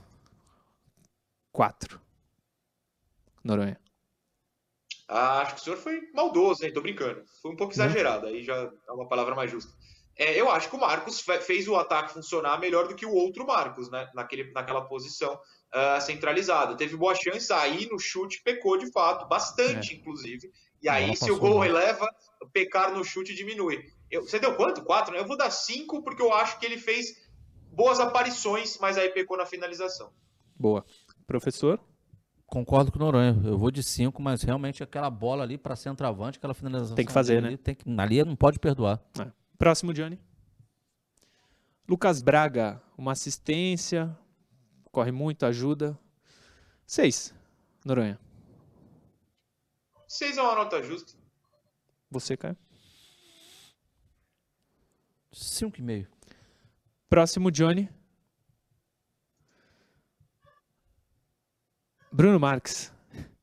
4. Noronha. Ah, acho que o senhor foi maldoso, hein? Tô brincando. Foi um pouco exagerado, aí já é uma palavra mais justa. Eu acho que o Marcos fez o ataque funcionar melhor do que o outro Marcos, né? Naquela posição centralizada. Teve boa chance, aí no chute pecou de fato, bastante, inclusive. E aí, Bola se o passou gol mal. eleva, pecar no chute diminui. Você deu quanto? 4? Né? Eu vou dar 5, porque eu acho que ele fez boas aparições, mas aí pecou na finalização. Boa. Professor? Concordo com o Noronha. Eu vou de 5, mas realmente aquela bola ali pra centroavante, aquela finalização. Tem que fazer, ali, né? Ali não pode perdoar. Próximo, Johnny. Lucas Braga. Uma assistência. Corre muito, ajuda. 6. Noronha. 6 é uma nota justa. Você, Caio? 5,5. Próximo, Johnny. Bruno Marques.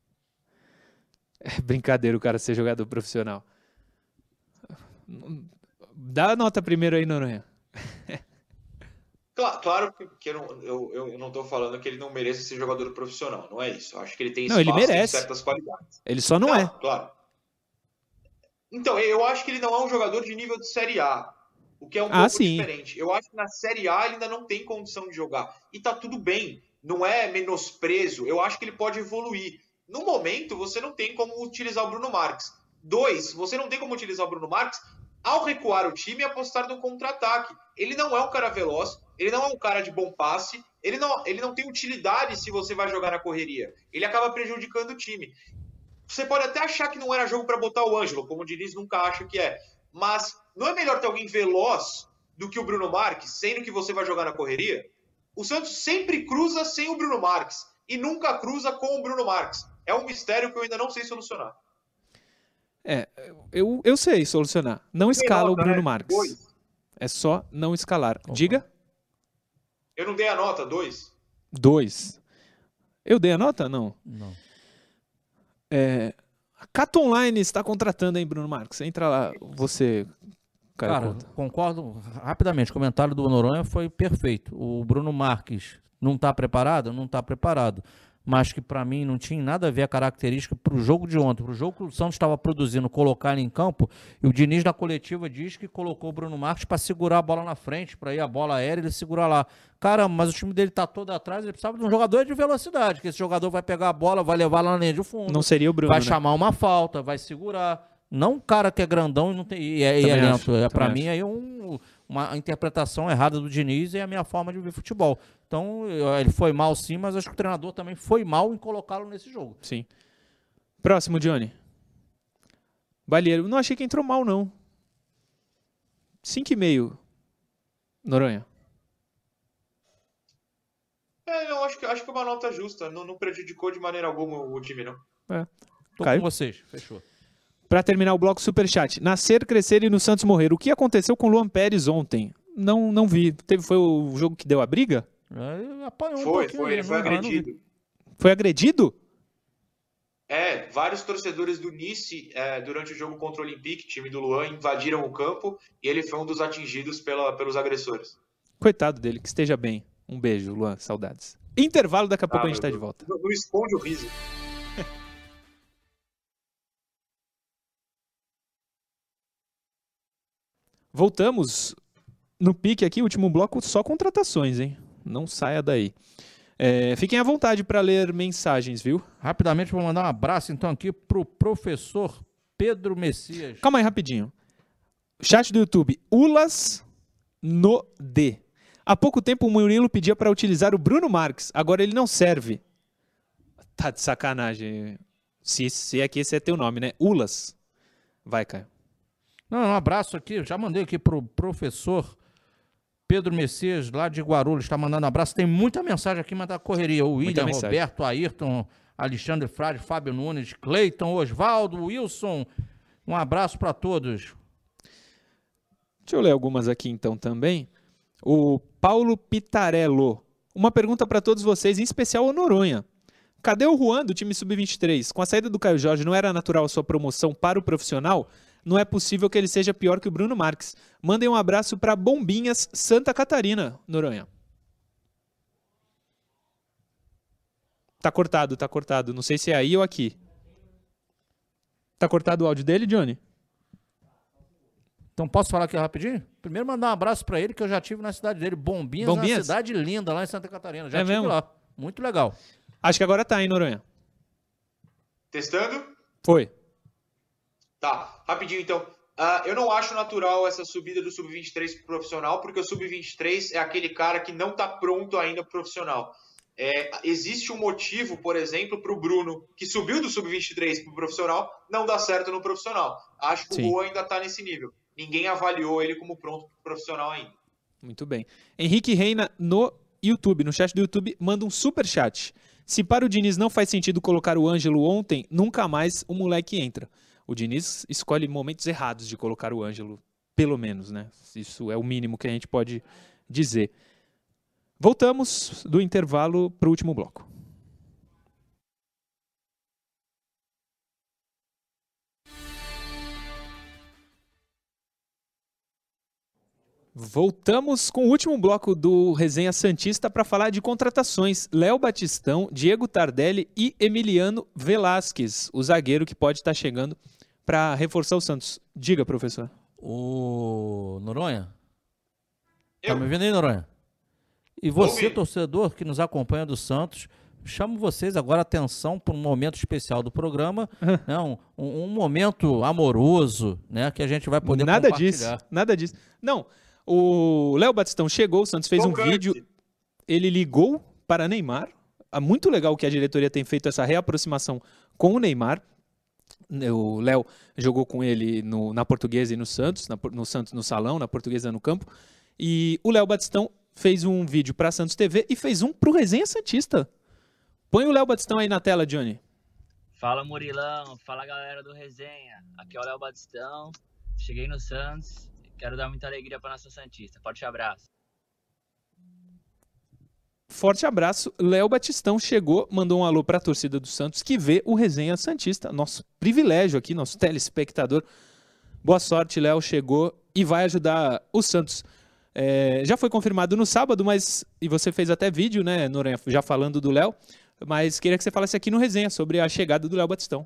É brincadeira o cara ser jogador profissional. Dá a nota primeiro aí, Noronha. Claro que eu não tô falando que ele não merece ser jogador profissional, não é isso. Eu acho que ele tem Não, ele espaço, merece. tem certas qualidades. Ele só não é. Claro. Então, eu acho que ele não é um jogador de nível de Série A, o que é um pouco sim. diferente. Eu acho que na Série A ele ainda não tem condição de jogar. E tá tudo bem, não é menosprezo. Eu acho que ele pode evoluir. No momento, você não tem como utilizar o Bruno Marques. 2, você não tem como utilizar o Bruno Marques ao recuar o time e apostar no contra-ataque. Ele não é um cara veloz, ele não é um cara de bom passe, ele não tem utilidade se você vai jogar na correria. Ele acaba prejudicando o time. Você pode até achar que não era jogo para botar o Ângelo, como o Diniz nunca acha que é. Mas não é melhor ter alguém veloz do que o Bruno Marques, sendo que você vai jogar na correria? O Santos sempre cruza sem o Bruno Marques e nunca cruza com o Bruno Marques. É um mistério que eu ainda não sei solucionar. Eu sei solucionar. Não escala o nota, Bruno né? Marques. 2. É só não escalar. Diga. Eu não dei a nota, 2. 2. Eu dei a nota? Não. Não. A Cato Online está contratando, hein, Bruno Marques? Entra lá, você, Caio Cara, Couto. concordo rapidamente. O comentário do Noronha foi perfeito. O Bruno Marques Não está preparado? Não está preparado. Mas que para mim não tinha nada a ver a característica para o jogo de ontem. Para o jogo que o Santos estava produzindo, colocar ele em campo, e o Diniz na coletiva diz que colocou o Bruno Marques para segurar a bola na frente, para ir a bola aérea e ele segurar lá. Caramba, mas o time dele está todo atrás, ele precisava de um jogador de velocidade, que esse jogador vai pegar a bola, vai levar lá na linha de fundo. Não seria o Bruno, vai né? chamar uma falta, vai segurar. Não um cara que é grandão e, não tem, e é lento. Para mim aí uma interpretação errada do Diniz e a minha forma de ver futebol. Então, ele foi mal sim, mas acho que o treinador também foi mal em colocá-lo nesse jogo. Sim. Próximo, Johnny. Balieiro. Não achei que entrou mal, não. 5,5. Noronha. Não, acho que é uma nota justa. Não prejudicou de maneira alguma o time, não. Tô Caio? com vocês. Fechou. Para terminar o bloco Superchat. Nascer, crescer e no Santos morrer. O que aconteceu com o Luan Pérez ontem? Não vi. Foi o jogo que deu a briga? Foi, ele foi agredido. Foi agredido? Vários torcedores do Nice, durante o jogo contra o Olympique, time do Luan, invadiram o campo e ele foi um dos atingidos pelos agressores. Coitado dele, que esteja bem. Um beijo, Luan, saudades. Intervalo, daqui a pouco a gente tá de volta. Não esconde o riso. Voltamos no pique aqui, último bloco, só contratações, hein? Não saia daí. Fiquem à vontade para ler mensagens, viu? Rapidamente vou mandar um abraço então aqui pro professor Pedro Messias. Calma aí, rapidinho. Chat do YouTube. Ulas no D. Há pouco tempo o Murilo pedia para utilizar o Bruno Marques. Agora ele não serve. Tá de sacanagem. Se é que esse é teu nome, né? Ulas. Vai, Caio. Não, um abraço aqui. Já mandei aqui pro professor Pedro Messias, lá de Guarulhos, está mandando um abraço. Tem muita mensagem aqui, mas tá correria. O William, Roberto, Ayrton, Alexandre Frade, Fábio Nunes, Cleiton, Osvaldo, Wilson. Um abraço para todos. Deixa eu ler algumas aqui então também. O Paulo Pitarello. Uma pergunta para todos vocês, em especial o Noronha. Cadê o Juan do time Sub-23? Com a saída do Caio Jorge, não era natural a sua promoção para o profissional? Não é possível que ele seja pior que o Bruno Marques. Mandem um abraço para Bombinhas, Santa Catarina, Noronha. Tá cortado. Não sei se é aí ou aqui. Tá cortado o áudio dele, Johnny? Então posso falar aqui rapidinho? Primeiro mandar um abraço para ele, que eu já tive na cidade dele. Bombinhas, uma cidade linda lá em Santa Catarina. Já tive mesmo? Lá. Muito legal. Acho que agora tá, hein, Noronha? Testando? Foi. Tá, rapidinho então. Eu não acho natural essa subida do Sub-23 pro profissional, porque o Sub-23 é aquele cara que não tá pronto ainda pro profissional. Existe um motivo, por exemplo, pro Bruno, que subiu do Sub-23 pro profissional, não dá certo no profissional. Acho que o Juan ainda tá nesse nível. Ninguém avaliou ele como pronto pro profissional ainda. Muito bem. Henrique Reina no YouTube, no chat do YouTube, manda um superchat. Se para o Diniz não faz sentido colocar o Ângelo ontem, nunca mais o moleque entra. O Diniz escolhe momentos errados de colocar o Ângelo, pelo menos, né? Isso é o mínimo que a gente pode dizer. Voltamos do intervalo para o último bloco. Voltamos com o último bloco do Resenha Santista para falar de contratações. Léo Batistão, Diego Tardelli e Emiliano Velasquez, o zagueiro que pode estar chegando para reforçar o Santos. Diga, professor. O Noronha? Tá me ouvindo aí, Noronha? E você, torcedor que nos acompanha do Santos, chamo vocês agora a atenção para um momento especial do programa, né? um momento amoroso, né? Que a gente vai poder compartilhar. Nada disso. Não, o Léo Batistão chegou, o Santos fez um vídeo, ele ligou para Neymar. É muito legal que a diretoria tem feito essa reaproximação com o Neymar. O Léo jogou com ele na Portuguesa e no Santos, no Santos no Salão, na Portuguesa no campo. E o Léo Batistão fez um vídeo para a Santos TV e fez um para o Resenha Santista. Põe o Léo Batistão aí na tela, Johnny. Fala, Murilão. Fala, galera do Resenha. Aqui é o Léo Batistão. Cheguei no Santos. Quero dar muita alegria para nossa Santista. Forte abraço. Forte abraço. Léo Batistão chegou, mandou um alô para a torcida do Santos que vê o Resenha Santista. Nosso privilégio aqui, nosso telespectador. Boa sorte, Léo. Chegou e vai ajudar o Santos. Já foi confirmado no sábado, e você fez até vídeo, né, Noronha, já falando do Léo, mas queria que você falasse aqui no Resenha sobre a chegada do Léo Batistão.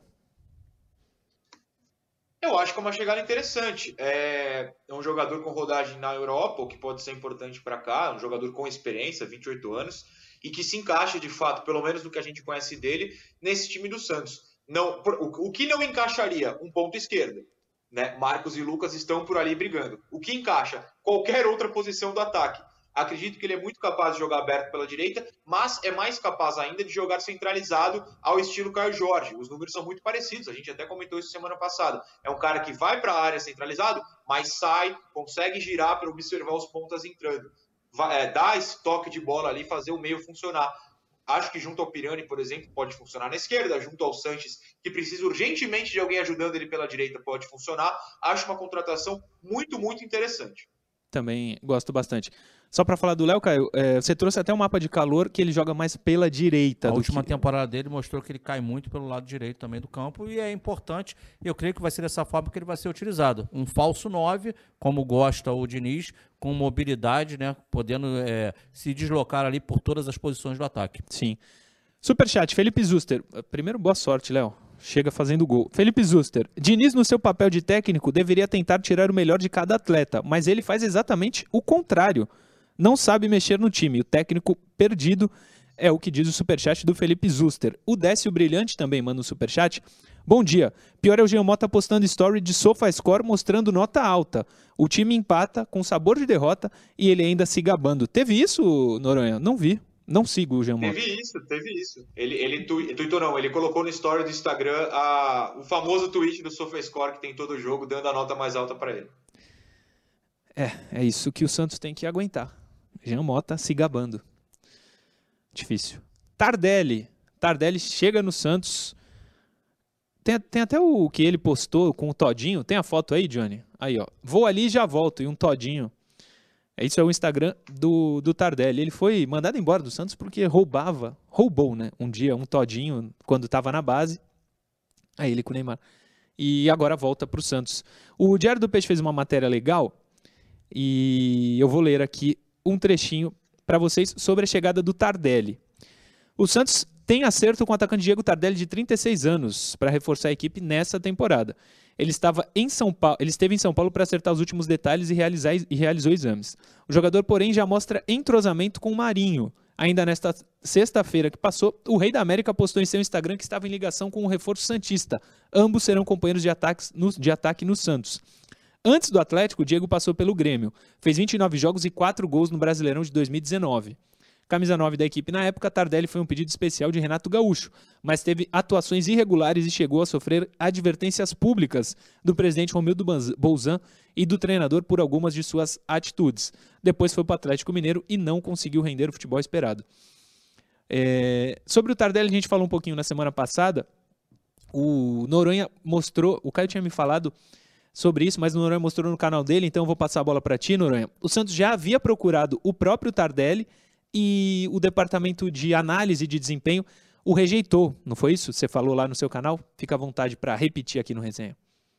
Eu acho que é uma chegada interessante. É um jogador com rodagem na Europa, o que pode ser importante para cá, um jogador com experiência, 28 anos, e que se encaixa de fato, pelo menos do que a gente conhece dele, nesse time do Santos. O que não encaixaria? Um ponto esquerdo. Né? Marcos e Lucas estão por ali brigando. O que encaixa? Qualquer outra posição do ataque. Acredito que ele é muito capaz de jogar aberto pela direita, mas é mais capaz ainda de jogar centralizado ao estilo Caio Jorge. Os números são muito parecidos, a gente até comentou isso semana passada. É um cara que vai para a área centralizado, mas sai, consegue girar para observar os pontas entrando. Dá esse toque de bola ali, fazer o meio funcionar. Acho que junto ao Pirani, por exemplo, pode funcionar na esquerda, junto ao Sanches, que precisa urgentemente de alguém ajudando ele pela direita, pode funcionar. Acho uma contratação muito, muito interessante. Também gosto bastante. Só para falar do Léo, Caio, você trouxe até um mapa de calor que ele joga mais pela direita. A última temporada dele mostrou que ele cai muito pelo lado direito também do campo e é importante, e eu creio que vai ser dessa forma que ele vai ser utilizado. Um falso 9, como gosta o Diniz, com mobilidade, né, podendo se deslocar ali por todas as posições do ataque. Sim. Superchat, Felipe Zuster. Primeiro, boa sorte, Léo. Chega fazendo gol. Felipe Zuster. Diniz, no seu papel de técnico, deveria tentar tirar o melhor de cada atleta, mas ele faz exatamente o contrário. Não sabe mexer no time. O técnico perdido é o que diz o superchat do Felipe Zuster. O Décio Brilhante também manda um superchat. Bom dia. Pior é o Jean Mota postando story de SofaScore mostrando nota alta. O time empata com sabor de derrota e ele ainda se gabando. Teve isso, Noronha? Não vi. Não sigo o Jean Mota. Teve isso. Ele tweetou não, ele colocou no story do Instagram o famoso tweet do SofaScore que tem todo o jogo, dando a nota mais alta para ele. É isso que o Santos tem que aguentar. Jean Mota se gabando. Difícil. Tardelli chega no Santos. Tem até o que ele postou com o Todinho. Tem a foto aí, Johnny? Aí, ó. Vou ali e já volto. E um Todinho. Isso é o Instagram do Tardelli. Ele foi mandado embora do Santos porque roubou, né? Um dia um Todinho quando estava na base. Aí ele com o Neymar. E agora volta para o Santos. O Diário do Peixe fez uma matéria legal e eu vou ler aqui um trechinho para vocês sobre a chegada do Tardelli. O Santos tem acerto com o atacante Diego Tardelli, de 36 anos, para reforçar a equipe nessa temporada. Ele esteve em São Paulo para acertar os últimos detalhes e realizou exames. O jogador, porém, já mostra entrosamento com o Marinho. Ainda nesta sexta-feira que passou, o Rei da América postou em seu Instagram que estava em ligação com o reforço santista. Ambos serão companheiros de ataque no Santos. Antes do Atlético, o Diego passou pelo Grêmio. Fez 29 jogos e 4 gols no Brasileirão de 2019. Camisa 9 da equipe na época, Tardelli foi um pedido especial de Renato Gaúcho, mas teve atuações irregulares e chegou a sofrer advertências públicas do presidente Romildo Bolzan e do treinador por algumas de suas atitudes. Depois foi para o Atlético Mineiro e não conseguiu render o futebol esperado. Sobre o Tardelli, a gente falou um pouquinho na semana passada. O Noronha mostrou, o Caio tinha me falado sobre isso, mas o Noronha mostrou no canal dele, então eu vou passar a bola para ti, Noronha. O Santos já havia procurado o próprio Tardelli e o departamento de análise de desempenho o rejeitou, não foi isso? Você falou lá no seu canal? Fica à vontade para repetir aqui no Resenha.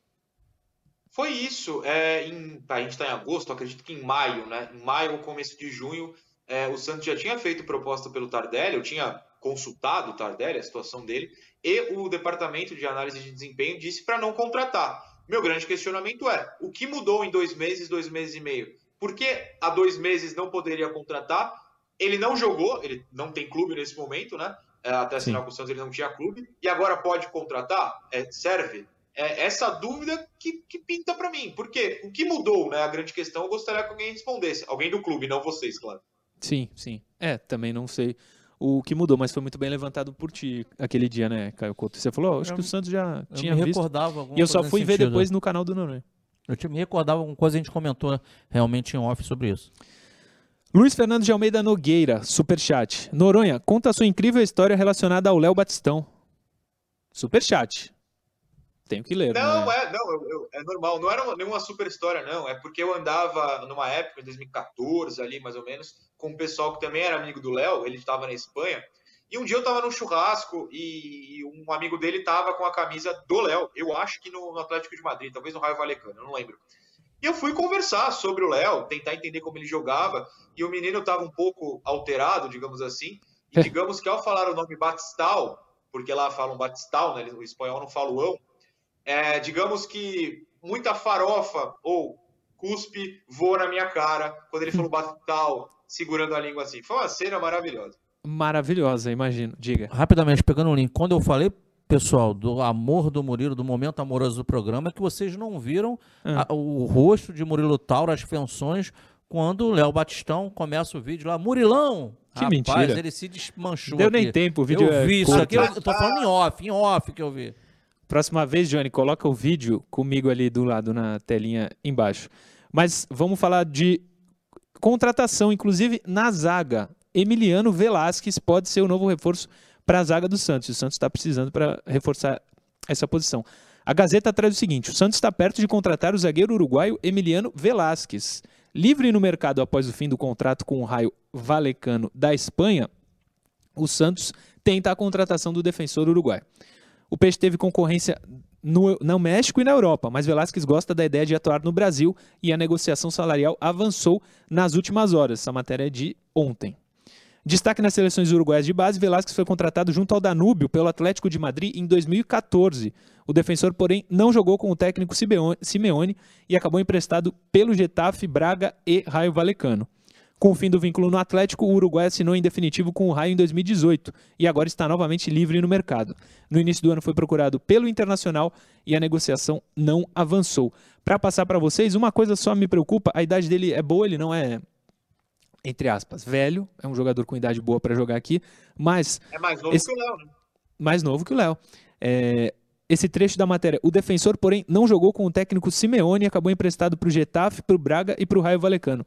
Foi isso. A gente está em agosto, acredito que em maio, né? Em maio ou começo de junho, o Santos já tinha feito proposta pelo Tardelli, eu tinha consultado o Tardelli, a situação dele, e o departamento de análise de desempenho disse para não contratar. Meu grande questionamento o que mudou em 2 meses e meio? Por que há 2 meses não poderia contratar? Ele não jogou, ele não tem clube nesse momento, né? Até assinar com o Santos ele não tinha clube. E agora pode contratar? Serve? Essa dúvida que pinta para mim. Por quê? O que mudou, né? A grande questão, eu gostaria que alguém respondesse. Alguém do clube, não vocês, claro. Sim. Também não sei o que mudou, mas foi muito bem levantado por ti aquele dia, né, Caio Couto? Você falou, acho que o Santos já tinha visto. E eu só fui ver depois no canal do Noronha. Eu me recordava alguma coisa, a gente comentou realmente em off sobre isso. Luiz Fernando de Almeida Nogueira, superchat. Noronha, conta a sua incrível história relacionada ao Léo Batistão. Superchat. Tenho que ler. Não, é normal. Não era nenhuma super história, não. É porque eu andava numa época, em 2014, ali mais ou menos, com um pessoal que também era amigo do Léo. Ele estava na Espanha. E um dia eu estava num churrasco e um amigo dele estava com a camisa do Léo. Eu acho que no Atlético de Madrid, talvez no Raio Vallecano, eu não lembro. E eu fui conversar sobre o Léo, tentar entender como ele jogava, e o menino estava um pouco alterado, digamos assim, e digamos que ao falar o nome Batistal, porque lá falam Batistal, né, o espanhol não fala o ão, digamos que muita farofa ou cuspe voa na minha cara quando ele falou Batistal, segurando a língua assim. Foi uma cena maravilhosa. Maravilhosa, imagino. Diga. Rapidamente, pegando o link, quando eu falei, pessoal, do amor do Murilo, do momento amoroso do programa, é que vocês não viram o rosto de Murilo Tauro, as fenções, quando o Léo Batistão começa o vídeo lá, Murilão! Que Rapaz, mentira. ele se desmanchou. Deu aqui. nem tempo, o vídeo eu vi isso aqui, curto. eu tô falando em off que eu vi. Próxima vez, Johnny, coloca o vídeo comigo ali do lado na telinha embaixo. Mas vamos falar de contratação, inclusive na zaga. Emiliano Velasquez pode ser o novo reforço para a zaga do Santos. O Santos está precisando para reforçar essa posição. A Gazeta traz o seguinte: o Santos está perto de contratar o zagueiro uruguaio Emiliano Velasquez. Livre no mercado após o fim do contrato com o Rayo Vallecano da Espanha, o Santos tenta a contratação do defensor uruguaio. O Peixe teve concorrência no México e na Europa, mas Velasquez gosta da ideia de atuar no Brasil e a negociação salarial avançou nas últimas horas. Essa matéria é de ontem. Destaque nas seleções uruguaias de base, Velasquez foi contratado junto ao Danúbio pelo Atlético de Madrid em 2014. O defensor, porém, não jogou com o técnico Simeone e acabou emprestado pelo Getafe, Braga e Rayo Vallecano. Com o fim do vínculo no Atlético, o Uruguai assinou em definitivo com o Rayo em 2018 e agora está novamente livre no mercado. No início do ano foi procurado pelo Internacional e a negociação não avançou. Para passar para vocês, uma coisa só me preocupa, a idade dele é boa, ele não é, entre aspas, velho, é um jogador com idade boa para jogar aqui, mas... É mais novo que o Léo, né? Mais novo que o Léo. Esse trecho da matéria, o defensor, porém, não jogou com o técnico Simeone e acabou emprestado para o Getafe, para o Braga e para o Rayo Vallecano.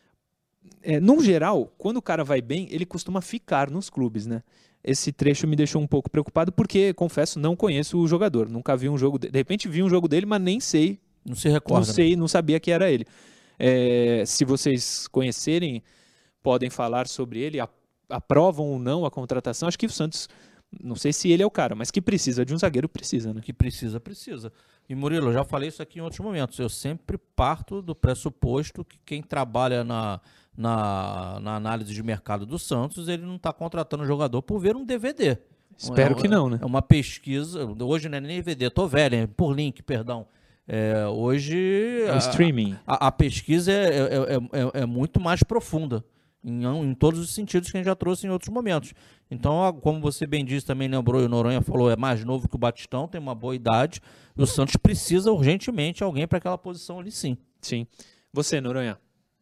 No geral, quando o cara vai bem, ele costuma ficar nos clubes, né? Esse trecho me deixou um pouco preocupado porque, confesso, não conheço o jogador. Nunca vi um jogo dele. De repente vi um jogo dele, mas nem sei. Não se recorda. Não sei, não sabia que era ele. Se vocês conhecerem, podem falar sobre ele, aprovam ou não a contratação. Acho que o Santos, não sei se ele é o cara, mas que precisa de um zagueiro, precisa, né? Que precisa. E Murilo, eu já falei isso aqui em outros momentos, eu sempre parto do pressuposto que quem trabalha na análise de mercado do Santos, ele não está contratando jogador por ver um DVD. Espero que não, né? É uma pesquisa, hoje não é nem DVD, tô velho, é por link, perdão. Hoje o streaming. A pesquisa é muito mais profunda. Em todos os sentidos que a gente já trouxe em outros momentos. Então, como você bem disse, também lembrou, e o Noronha falou, é mais novo que o Batistão, tem uma boa idade, e o Santos precisa urgentemente de alguém para aquela posição ali, sim. Sim. Você, Noronha?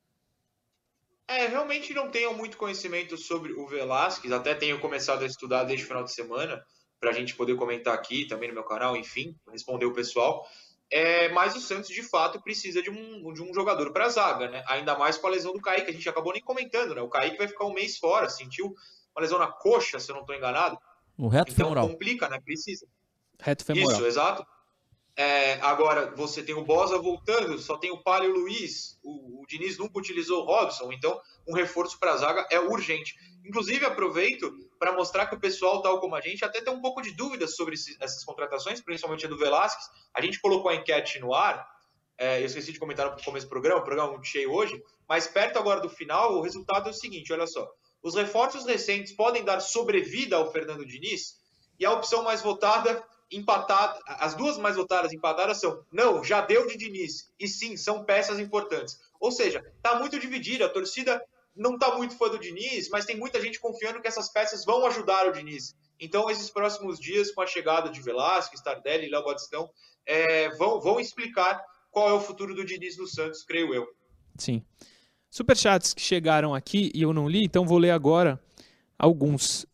Realmente não tenho muito conhecimento sobre o Velasquez, até tenho começado a estudar desde o final de semana, para a gente poder comentar aqui, também no meu canal, enfim, responder o pessoal. Mas o Santos, de fato, precisa de um jogador para a zaga, né? Ainda mais com a lesão do Kaique, a gente acabou nem comentando, né? O Kaique vai ficar um mês fora, sentiu uma lesão na coxa, se eu não estou enganado. No reto femoral. Então complica, né? Precisa. Reto femoral. Isso, exato. Agora, você tem o Bosa voltando, só tem o Palio e o Luiz, o Diniz nunca utilizou o Robson, então um reforço para a zaga é urgente. Inclusive, aproveito para mostrar que o pessoal, tal como a gente, até tem um pouco de dúvidas sobre essas contratações, principalmente a do Velasquez. A gente colocou a enquete no ar, eu esqueci de comentar no começo do programa, o programa é muito cheio hoje, mas perto agora do final, o resultado é o seguinte, olha só. Os reforços recentes podem dar sobrevida ao Fernando Diniz, e a opção mais votada, empatada, as duas mais votadas empatadas são, não, já deu de Diniz, e sim, são peças importantes. Ou seja, está muito dividida, a torcida não está muito fã do Diniz, mas tem muita gente confiando que essas peças vão ajudar o Diniz. Então, esses próximos dias, com a chegada de Velasquez, Tardelli e Léo Batistão, vão explicar qual é o futuro do Diniz no Santos, creio eu. Sim. Superchats que chegaram aqui e eu não li, então vou ler agora alguns.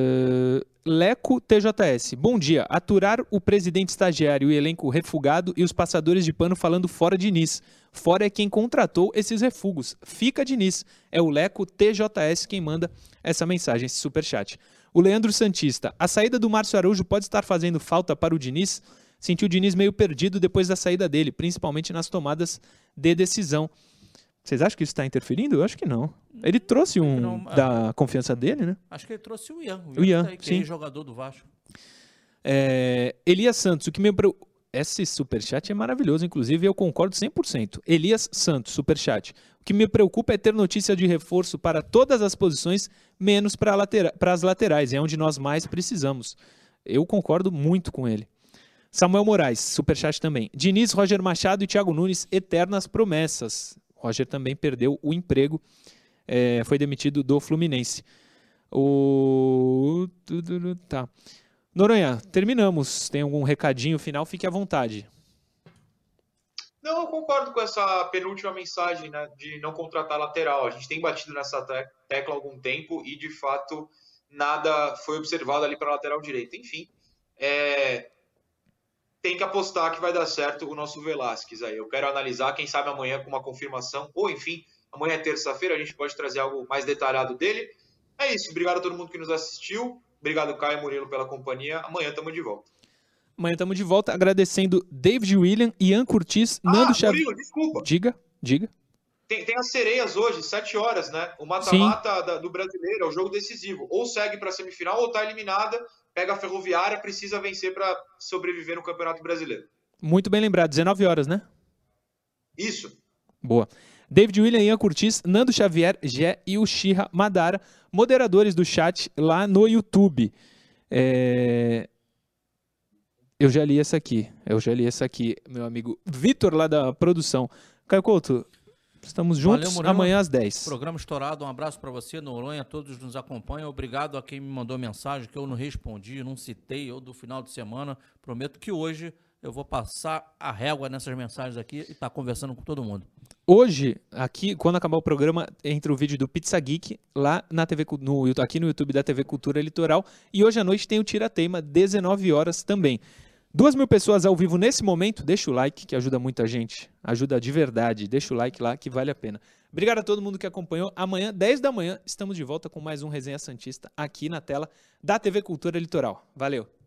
Leco TJS. Bom dia. Aturar o presidente estagiário e o elenco refugado e os passadores de pano falando fora Diniz. Fora é quem contratou esses refugos. Fica Diniz. É o Leco TJS quem manda essa mensagem, esse superchat. O Leandro Santista. A saída do Márcio Araújo pode estar fazendo falta para o Diniz? Sentiu o Diniz meio perdido depois da saída dele, principalmente nas tomadas de decisão. Vocês acham que isso está interferindo? Eu acho que não. Ele trouxe da confiança dele, né? Acho que ele trouxe o Ian. O Ian, tá aí, que sim. é jogador do Vasco. Elias Santos, esse superchat é maravilhoso, inclusive eu concordo 100%. Elias Santos, superchat. O que me preocupa é ter notícia de reforço para todas as posições, menos para as laterais, é onde nós mais precisamos. Eu concordo muito com ele. Samuel Moraes, superchat também. Diniz, Roger Machado e Thiago Nunes, eternas promessas. Roger também perdeu o emprego, foi demitido do Fluminense. Tá. Noronha, terminamos. Tem algum recadinho final? Fique à vontade. Não, eu concordo com essa penúltima mensagem, né, de não contratar lateral. A gente tem batido nessa tecla há algum tempo e, de fato, nada foi observado ali para a lateral direita. Enfim, tem que apostar que vai dar certo o nosso Velasquez aí. Eu quero analisar, quem sabe amanhã com uma confirmação, ou enfim, amanhã é terça-feira, a gente pode trazer algo mais detalhado dele. É isso, obrigado a todo mundo que nos assistiu. Obrigado, Caio Murilo, pela companhia. Amanhã estamos de volta. Amanhã estamos de volta, agradecendo David William, Ian Curtis, Nando Xavier. Murilo, desculpa. Diga. Tem as sereias hoje, 7 horas, né? O mata-mata do brasileiro, é o jogo decisivo. Ou segue para a semifinal ou está eliminada, pega a Ferroviária, precisa vencer para sobreviver no Campeonato Brasileiro. Muito bem lembrado, 19 horas, né? Isso. Boa. David William, Ian Curtis, Nando Xavier, Gé e o Shira Madara, moderadores do chat lá no YouTube. Eu já li essa aqui, meu amigo Vitor, lá da produção. Caio Couto, estamos juntos. Valeu, Murilo. Amanhã às 10. Programa estourado, um abraço para você, Noronha, todos nos acompanham. Obrigado a quem me mandou mensagem que eu não respondi, não citei, ou do final de semana. Prometo que hoje eu vou passar a régua nessas mensagens aqui e estar conversando com todo mundo. Hoje, aqui, quando acabar o programa, entra o vídeo do Pizza Geek lá na TV, aqui no YouTube da TV Cultura Litoral. E hoje à noite tem o Tira-Teima, 19 horas também. 2.000 pessoas ao vivo nesse momento. Deixa o like, que ajuda muita gente. Ajuda de verdade. Deixa o like lá, que vale a pena. Obrigado a todo mundo que acompanhou. Amanhã, 10 da manhã, estamos de volta com mais um Resenha Santista aqui na tela da TV Cultura Litoral. Valeu!